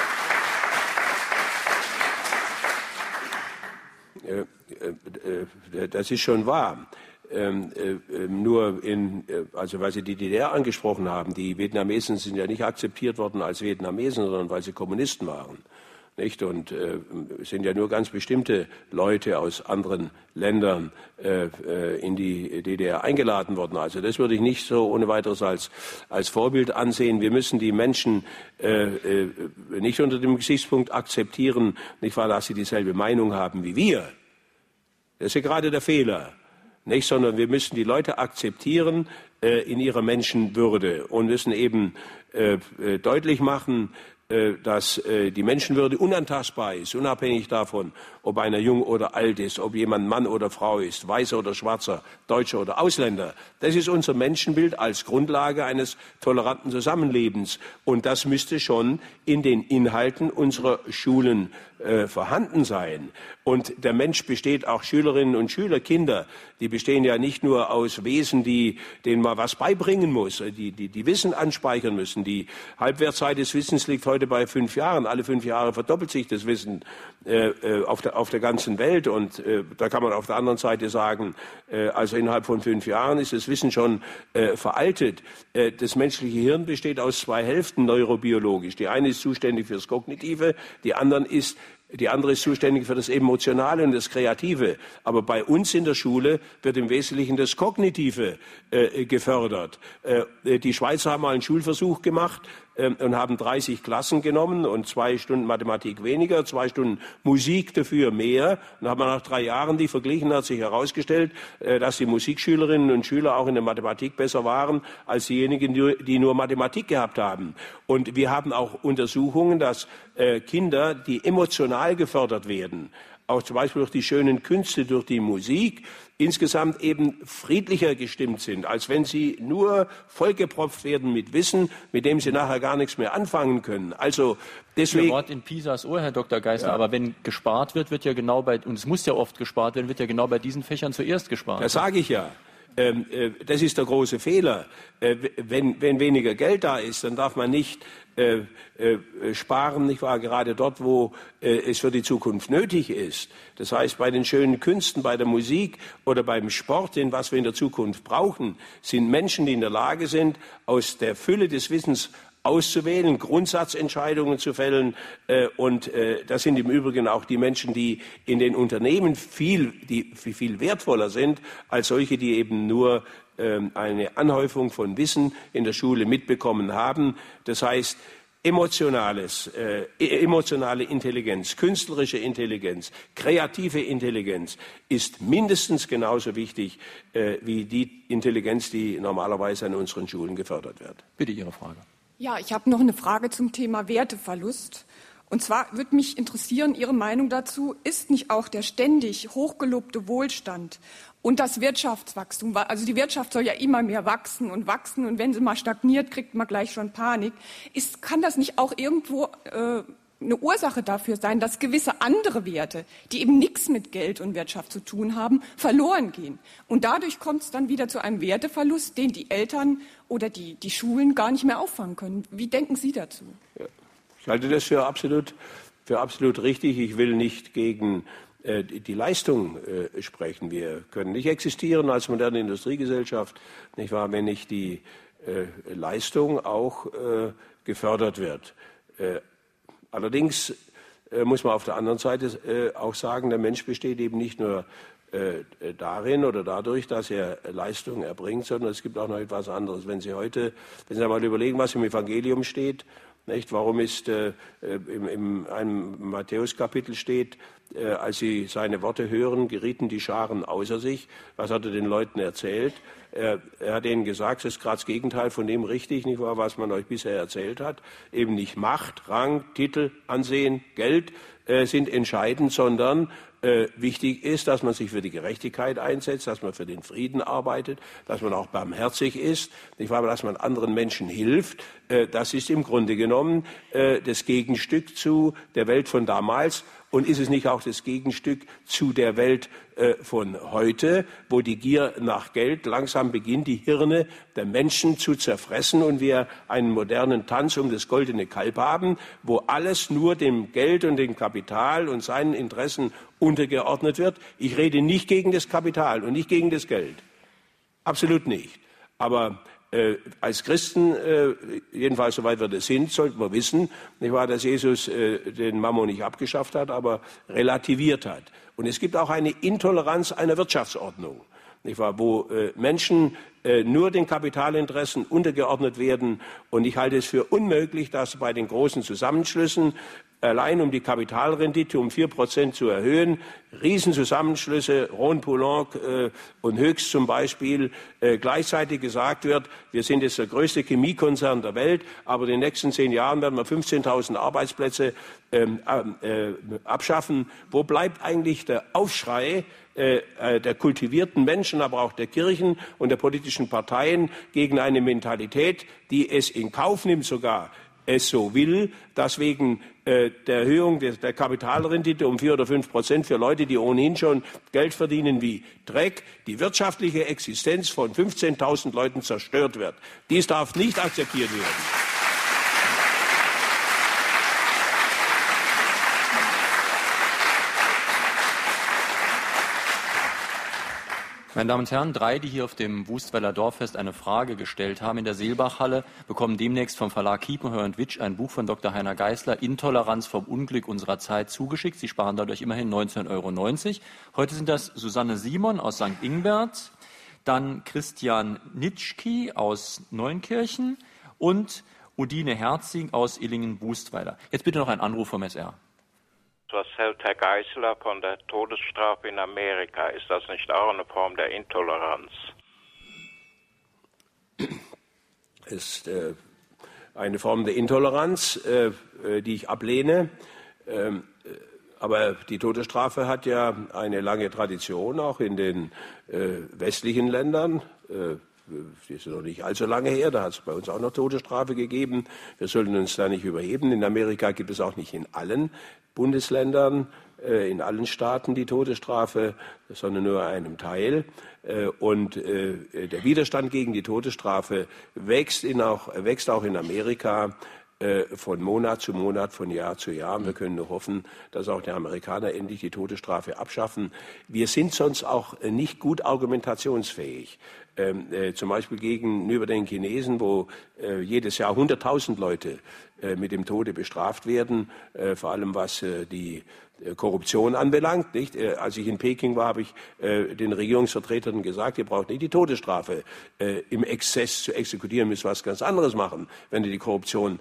Das ist schon wahr. Also weil Sie die DDR angesprochen haben, die Vietnamesen sind ja nicht akzeptiert worden als Vietnamesen, sondern weil sie Kommunisten waren. Nicht? Und sind ja nur ganz bestimmte Leute aus anderen Ländern in die DDR eingeladen worden. Also das würde ich nicht so ohne weiteres als Vorbild ansehen. Wir müssen die Menschen nicht unter dem Gesichtspunkt akzeptieren, nicht wahr, dass sie dieselbe Meinung haben wie wir. Das ist ja gerade der Fehler. Nicht, sondern wir müssen die Leute akzeptieren in ihrer Menschenwürde und müssen eben deutlich machen, dass die Menschenwürde unantastbar ist, unabhängig davon, ob einer jung oder alt ist, ob jemand Mann oder Frau ist, Weißer oder Schwarzer, Deutscher oder Ausländer. Das ist unser Menschenbild als Grundlage eines toleranten Zusammenlebens. Und das müsste schon in den Inhalten unserer Schulen vorhanden sein. Und der Mensch besteht auch Schülerinnen und Schüler, Kinder, die bestehen ja nicht nur aus Wesen, denen man was beibringen muss, die Wissen anspeichern müssen. Die Halbwertszeit des Wissens liegt heute bei 5 Jahren. Alle 5 Jahre verdoppelt sich das Wissen auf der ganzen Welt. Und da kann man auf der anderen Seite sagen, also innerhalb von 5 Jahren ist das Wissen schon veraltet. Das menschliche Hirn besteht aus 2 Hälften neurobiologisch. Die eine ist zuständig fürs Kognitive, die andere ist zuständig für das Emotionale und das Kreative. Aber bei uns in der Schule wird im Wesentlichen das Kognitive gefördert. Die Schweizer haben mal einen Schulversuch gemacht und haben 30 Klassen genommen und 2 Stunden Mathematik weniger, 2 Stunden Musik dafür mehr. Und haben wir nach 3 Jahren die verglichen, hat sich herausgestellt, dass die Musikschülerinnen und Schüler auch in der Mathematik besser waren als diejenigen, die nur Mathematik gehabt haben. Und wir haben auch Untersuchungen, dass Kinder, die emotional gefördert werden, auch zum Beispiel durch die schönen Künste, durch die Musik, insgesamt eben friedlicher gestimmt sind, als wenn sie nur vollgepropft werden mit Wissen, mit dem sie nachher gar nichts mehr anfangen können. Also deswegen. Ihr Wort in Pisas Ohr, Herr Dr. Geisler, ja. Aber wenn gespart wird, wird ja genau und es muss ja oft gespart werden, wird ja genau bei diesen Fächern zuerst gespart. Das sage ich ja. Das ist der große Fehler. Wenn weniger Geld da ist, dann darf man nicht sparen, nicht wahr? Gerade dort, wo es für die Zukunft nötig ist. Das heißt, bei den schönen Künsten, bei der Musik oder beim Sport, in was wir in der Zukunft brauchen, sind Menschen, die in der Lage sind, aus der Fülle des Wissens auszuwählen, Grundsatzentscheidungen zu fällen. Und das sind im Übrigen auch die Menschen, die in den Unternehmen viel wertvoller sind als solche, die eben nur eine Anhäufung von Wissen in der Schule mitbekommen haben. Das heißt, emotionale Intelligenz, künstlerische Intelligenz, kreative Intelligenz ist mindestens genauso wichtig wie die Intelligenz, die normalerweise an unseren Schulen gefördert wird. Bitte Ihre Frage. Ja, ich habe noch eine Frage zum Thema Werteverlust. Und zwar würde mich interessieren, Ihre Meinung dazu, ist nicht auch der ständig hochgelobte Wohlstand und das Wirtschaftswachstum, also die Wirtschaft soll ja immer mehr wachsen und wenn sie mal stagniert, kriegt man gleich schon Panik. Kann das nicht auch irgendwo eine Ursache dafür sein, dass gewisse andere Werte, die eben nichts mit Geld und Wirtschaft zu tun haben, verloren gehen? Und dadurch kommt es dann wieder zu einem Werteverlust, den die Eltern oder die Schulen gar nicht mehr auffangen können. Wie denken Sie dazu? Ja. Ich halte das für absolut richtig. Ich will nicht gegen die Leistung sprechen. Wir können nicht existieren als moderne Industriegesellschaft, nicht wahr, wenn nicht die Leistung auch gefördert wird. Allerdings muss man auf der anderen Seite auch sagen, der Mensch besteht eben nicht nur darin oder dadurch, dass er Leistungen erbringt, sondern es gibt auch noch etwas anderes. Wenn Sie einmal überlegen, was im Evangelium steht, nicht? Warum ist in einem Matthäus-Kapitel steht, als sie seine Worte hören, gerieten die Scharen außer sich. Was hat er den Leuten erzählt? Er hat ihnen gesagt, das ist gerade das Gegenteil von dem richtig, nicht wahr, was man euch bisher erzählt hat. Eben nicht Macht, Rang, Titel, Ansehen, Geld sind entscheidend, sondern wichtig ist, dass man sich für die Gerechtigkeit einsetzt, dass man für den Frieden arbeitet, dass man auch barmherzig ist, nicht wahr, dass man anderen Menschen hilft. Das ist im Grunde genommen das Gegenstück zu der Welt von damals. Und ist es nicht auch das Gegenstück zu der Welt von heute, wo die Gier nach Geld langsam beginnt, die Hirne der Menschen zu zerfressen und wir einen modernen Tanz um das goldene Kalb haben, wo alles nur dem Geld und dem Kapital und seinen Interessen untergeordnet wird? Ich rede nicht gegen das Kapital und nicht gegen das Geld. Absolut nicht. Aber als Christen, jedenfalls soweit wir das sind, sollten wir wissen, nicht wahr, dass Jesus den Mammon nicht abgeschafft hat, aber relativiert hat. Und es gibt auch eine Intoleranz einer Wirtschaftsordnung, nicht wahr, wo Menschen nur den Kapitalinteressen untergeordnet werden. Und ich halte es für unmöglich, dass bei den großen Zusammenschlüssen allein um die Kapitalrendite um 4% zu erhöhen, Riesenzusammenschlüsse, Rhône-Poulenc und Höchst zum Beispiel, gleichzeitig gesagt wird, wir sind jetzt der größte Chemiekonzern der Welt, aber in den nächsten 10 Jahren werden wir 15.000 Arbeitsplätze abschaffen. Wo bleibt eigentlich der Aufschrei der kultivierten Menschen, aber auch der Kirchen und der politischen Parteien gegen eine Mentalität, die es in Kauf nimmt sogar, es so will, dass wegen der Erhöhung der Kapitalrendite um 4 oder 5% für Leute, die ohnehin schon Geld verdienen wie Dreck, die wirtschaftliche Existenz von 15.000 Leuten zerstört wird. Dies darf nicht akzeptiert werden. Meine Damen und Herren, 3, die hier auf dem Wustweiler Dorffest eine Frage gestellt haben in der Seelbachhalle, bekommen demnächst vom Verlag Kiepenheuer & Witsch ein Buch von Dr. Heiner Geisler, Intoleranz vom Unglück unserer Zeit, zugeschickt. Sie sparen dadurch immerhin 19,90 €. Heute sind das Susanne Simon aus St. Ingbert, dann Christian Nitschki aus Neunkirchen und Udine Herzig aus Illingen-Wustweiler. Jetzt bitte noch ein Anruf vom SR. Was hält Herr Geisler von der Todesstrafe in Amerika? Ist das nicht auch eine Form der Intoleranz? Ist eine Form der Intoleranz, die ich ablehne. Aber die Todesstrafe hat ja eine lange Tradition, auch in den westlichen Ländern. Das ist noch nicht allzu lange her, da hat es bei uns auch noch Todesstrafe gegeben. Wir sollten uns da nicht überheben. In Amerika gibt es auch nicht in allen Bundesländern in allen Staaten die Todesstrafe, sondern nur einem Teil. Und der Widerstand gegen die Todesstrafe wächst auch in Amerika von Monat zu Monat, von Jahr zu Jahr. Wir können nur hoffen, dass auch die Amerikaner endlich die Todesstrafe abschaffen. Wir sind sonst auch nicht gut argumentationsfähig. Zum Beispiel gegenüber den Chinesen, wo jedes Jahr 100.000 Leute mit dem Tode bestraft werden, vor allem was die Korruption anbelangt. Nicht? Als ich in Peking war, habe ich den Regierungsvertretern gesagt, ihr braucht nicht die Todesstrafe im Exzess zu exekutieren, müsst was ganz anderes machen, wenn ihr die Korruption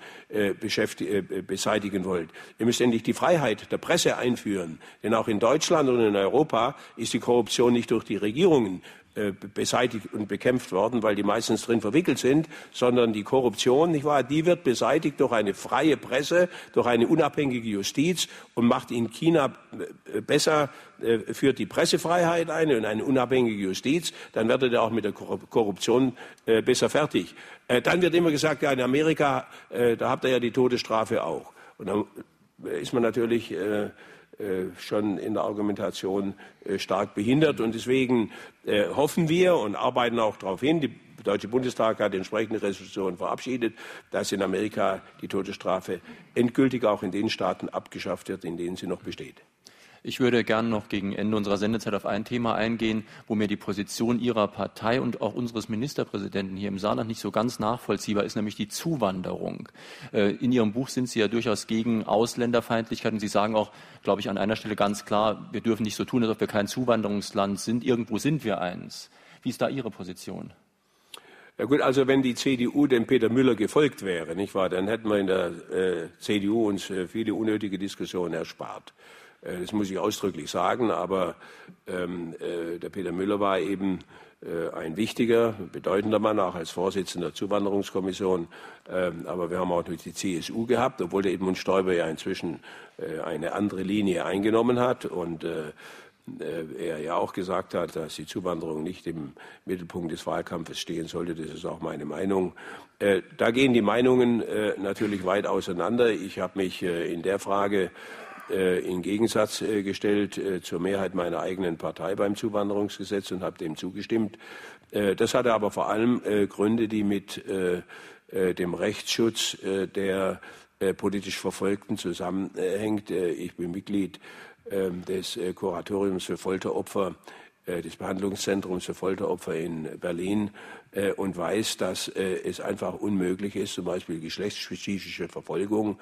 beseitigen wollt. Ihr müsst endlich die Freiheit der Presse einführen, denn auch in Deutschland und in Europa ist die Korruption nicht durch die Regierungen beseitigt und bekämpft worden, weil die meistens drin verwickelt sind, sondern die Korruption, nicht wahr, die wird beseitigt durch eine freie Presse, durch eine unabhängige Justiz und macht in China besser, führt die Pressefreiheit ein und eine unabhängige Justiz, dann werdet ihr auch mit der Korruption besser fertig. Dann wird immer gesagt, ja, in Amerika, da habt ihr ja die Todesstrafe auch. Und dann ist man natürlich schon in der Argumentation stark behindert. Und deswegen hoffen wir und arbeiten auch darauf hin, der Deutsche Bundestag hat entsprechende Resolutionen verabschiedet, dass in Amerika die Todesstrafe endgültig auch in den Staaten abgeschafft wird, in denen sie noch besteht. Ich würde gerne noch gegen Ende unserer Sendezeit auf ein Thema eingehen, wo mir die Position Ihrer Partei und auch unseres Ministerpräsidenten hier im Saarland nicht so ganz nachvollziehbar ist, nämlich die Zuwanderung. In Ihrem Buch sind Sie ja durchaus gegen Ausländerfeindlichkeit und Sie sagen auch, glaube ich, an einer Stelle ganz klar, wir dürfen nicht so tun, als ob wir kein Zuwanderungsland sind. Irgendwo sind wir eins. Wie ist da Ihre Position? Ja gut, also wenn die CDU dem Peter Müller gefolgt wäre, nicht wahr, dann hätten wir in der CDU uns viele unnötige Diskussionen erspart. Das muss ich ausdrücklich sagen, aber der Peter Müller war eben ein wichtiger, bedeutender Mann, auch als Vorsitzender der Zuwanderungskommission. Aber wir haben auch noch die CSU gehabt, obwohl der Edmund Stoiber ja inzwischen eine andere Linie eingenommen hat und er ja auch gesagt hat, dass die Zuwanderung nicht im Mittelpunkt des Wahlkampfes stehen sollte. Das ist auch meine Meinung. Da gehen die Meinungen natürlich weit auseinander. Ich habe mich in der Frage in Gegensatz gestellt zur Mehrheit meiner eigenen Partei beim Zuwanderungsgesetz und habe dem zugestimmt. Das hatte aber vor allem Gründe, die mit dem Rechtsschutz der politisch Verfolgten zusammenhängt. Ich bin Mitglied des Kuratoriums für Folteropfer, des Behandlungszentrums für Folteropfer in Berlin und weiß, dass es einfach unmöglich ist, zum Beispiel geschlechtsspezifische Verfolgung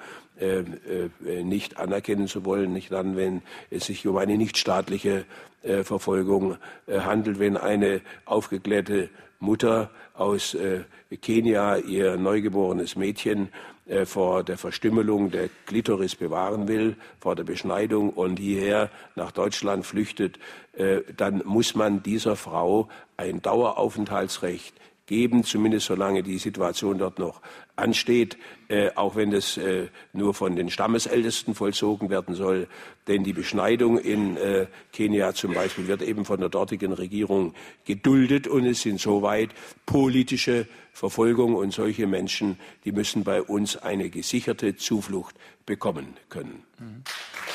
nicht anerkennen zu wollen, nicht dann, wenn es sich um eine nichtstaatliche Verfolgung handelt, wenn eine aufgeklärte Mutter aus Kenia ihr neugeborenes Mädchen vor der Verstümmelung der Klitoris bewahren will, vor der Beschneidung und hierher nach Deutschland flüchtet, dann muss man dieser Frau ein Daueraufenthaltsrecht geben, zumindest solange die Situation dort noch ansteht, auch wenn das nur von den Stammesältesten vollzogen werden soll. Denn die Beschneidung in Kenia zum Beispiel wird eben von der dortigen Regierung geduldet und es sind soweit politische Verfolgung und solche Menschen, die müssen bei uns eine gesicherte Zuflucht bekommen können. Mhm.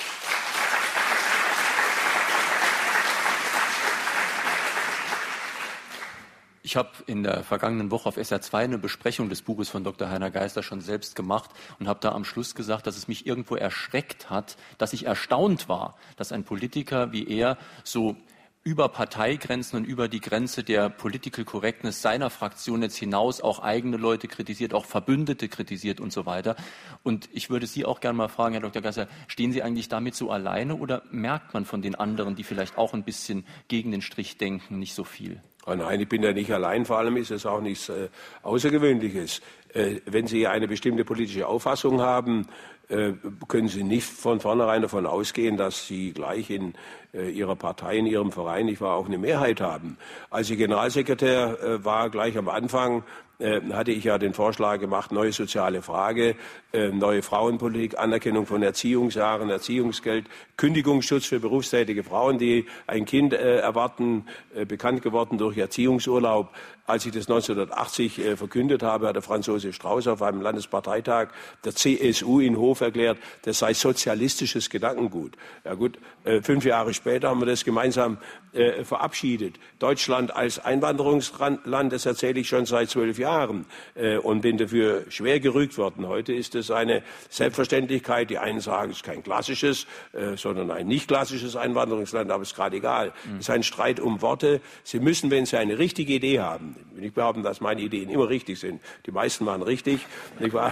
Ich habe in der vergangenen Woche auf SR2 eine Besprechung des Buches von Dr. Heiner Geisler schon selbst gemacht und habe da am Schluss gesagt, dass es mich irgendwo erschreckt hat, dass ich erstaunt war, dass ein Politiker wie er so über Parteigrenzen und über die Grenze der Political Correctness seiner Fraktion jetzt hinaus auch eigene Leute kritisiert, auch Verbündete kritisiert und so weiter. Und ich würde Sie auch gerne mal fragen, Herr Dr. Geisler, stehen Sie eigentlich damit so alleine oder merkt man von den anderen, die vielleicht auch ein bisschen gegen den Strich denken, nicht so viel? Oh nein, ich bin ja nicht allein, vor allem ist es auch nichts Außergewöhnliches. Wenn Sie eine bestimmte politische Auffassung haben, können Sie nicht von vornherein davon ausgehen, dass Sie gleich in Ihrer Partei, in Ihrem Verein, ich war auch eine Mehrheit haben. Als ich Generalsekretär war, gleich am Anfang, hatte ich ja den Vorschlag gemacht, neue soziale Frage, neue Frauenpolitik, Anerkennung von Erziehungsjahren, Erziehungsgeld, Kündigungsschutz für berufstätige Frauen, die ein Kind erwarten, bekannt geworden durch Erziehungsurlaub. Als ich das 1980 verkündet habe, hat der Franz Josef Strauß auf einem Landesparteitag der CSU in Hof erklärt, das sei sozialistisches Gedankengut. Ja gut, 5 Jahre später haben wir das gemeinsam verabschiedet. Deutschland als Einwanderungsland, das erzähle ich schon seit 12 Jahren und bin dafür schwer gerügt worden. Heute ist es eine Selbstverständlichkeit. Die einen sagen, es ist kein klassisches, sondern ein nicht klassisches Einwanderungsland, aber es ist gerade egal. Es ist ein Streit um Worte. Sie müssen, wenn Sie eine richtige Idee haben, will ich behaupten, dass meine Ideen immer richtig sind. Die meisten waren richtig, nicht wahr?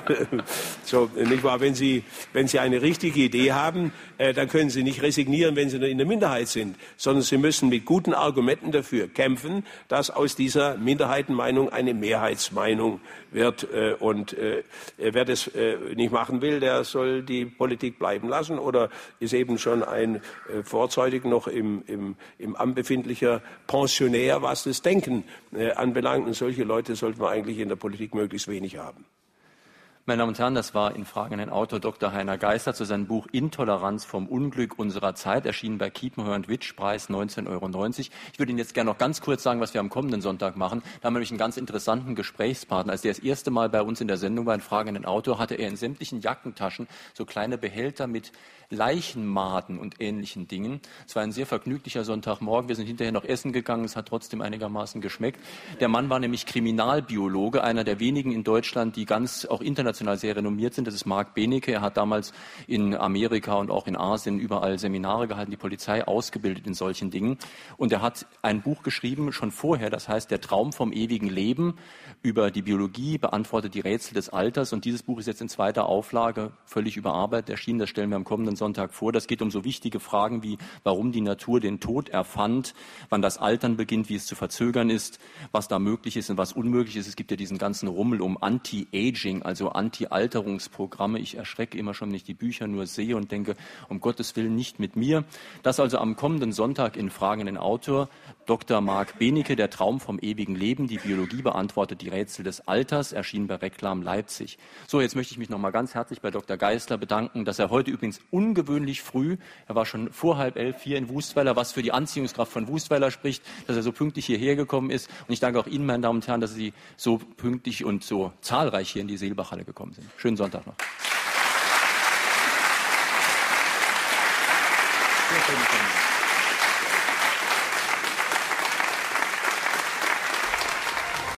So, nicht wahr? Wenn Sie eine richtige Idee haben, dann können Sie nicht resignieren, wenn Sie nur in der Minderheit sind, sondern Sie müssen mit guten Argumenten dafür kämpfen, dass aus dieser Minderheitenmeinung eine Mehrheitsmeinung wird. Und wer das nicht machen will, der soll die Politik bleiben lassen oder ist eben schon ein vorzeitig noch im Amt befindlicher Pensionär, was das Denken anbelangt. Und solche Leute sollten wir eigentlich in der Politik möglichst wenig haben. Meine Damen und Herren, das war in Fragen an den Autor Dr. Heiner Geisler zu seinem Buch Intoleranz vom Unglück unserer Zeit, erschienen bei Kiepenheuer & Witsch, Preis 19,90 €. Ich würde Ihnen jetzt gerne noch ganz kurz sagen, was wir am kommenden Sonntag machen. Da haben wir nämlich einen ganz interessanten Gesprächspartner. Als der das erste Mal bei uns in der Sendung war, in Fragen an den Autor, hatte er in sämtlichen Jackentaschen so kleine Behälter mit Leichenmaden und ähnlichen Dingen. Es war ein sehr vergnüglicher Sonntagmorgen. Wir sind hinterher noch essen gegangen. Es hat trotzdem einigermaßen geschmeckt. Der Mann war nämlich Kriminalbiologe, einer der wenigen in Deutschland, die ganz auch international sehr renommiert sind. Das ist Marc Benecke. Er hat damals in Amerika und auch in Asien überall Seminare gehalten, die Polizei ausgebildet in solchen Dingen. Und er hat ein Buch geschrieben, schon vorher, das heißt Der Traum vom ewigen Leben, über die Biologie, beantwortet die Rätsel des Alters. Und dieses Buch ist jetzt in zweiter Auflage völlig überarbeitet erschienen. Das stellen wir am kommenden Sonntag vor. Das geht um so wichtige Fragen wie, warum die Natur den Tod erfand, wann das Altern beginnt, wie es zu verzögern ist, was da möglich ist und was unmöglich ist. Es gibt ja diesen ganzen Rummel um Anti-Aging, also Anti-Alterungsprogramme. Ich erschrecke immer schon, wenn ich die Bücher nur sehe und denke, um Gottes Willen nicht mit mir. Das also am kommenden Sonntag in Fragen an den Autor. Dr. Marc Benecke, Der Traum vom ewigen Leben, die Biologie beantwortet die Rätsel des Alters, erschienen bei Reklam Leipzig. So, jetzt möchte ich mich nochmal ganz herzlich bei Dr. Geisler bedanken, dass er heute übrigens ungewöhnlich früh, er war schon vor 10:30 hier in Wustweiler, was für die Anziehungskraft von Wustweiler spricht, dass er so pünktlich hierher gekommen ist. Und ich danke auch Ihnen, meine Damen und Herren, dass Sie so pünktlich und so zahlreich hier in die Seelbachhalle gekommen sind. Schönen Sonntag noch. Sehr schön.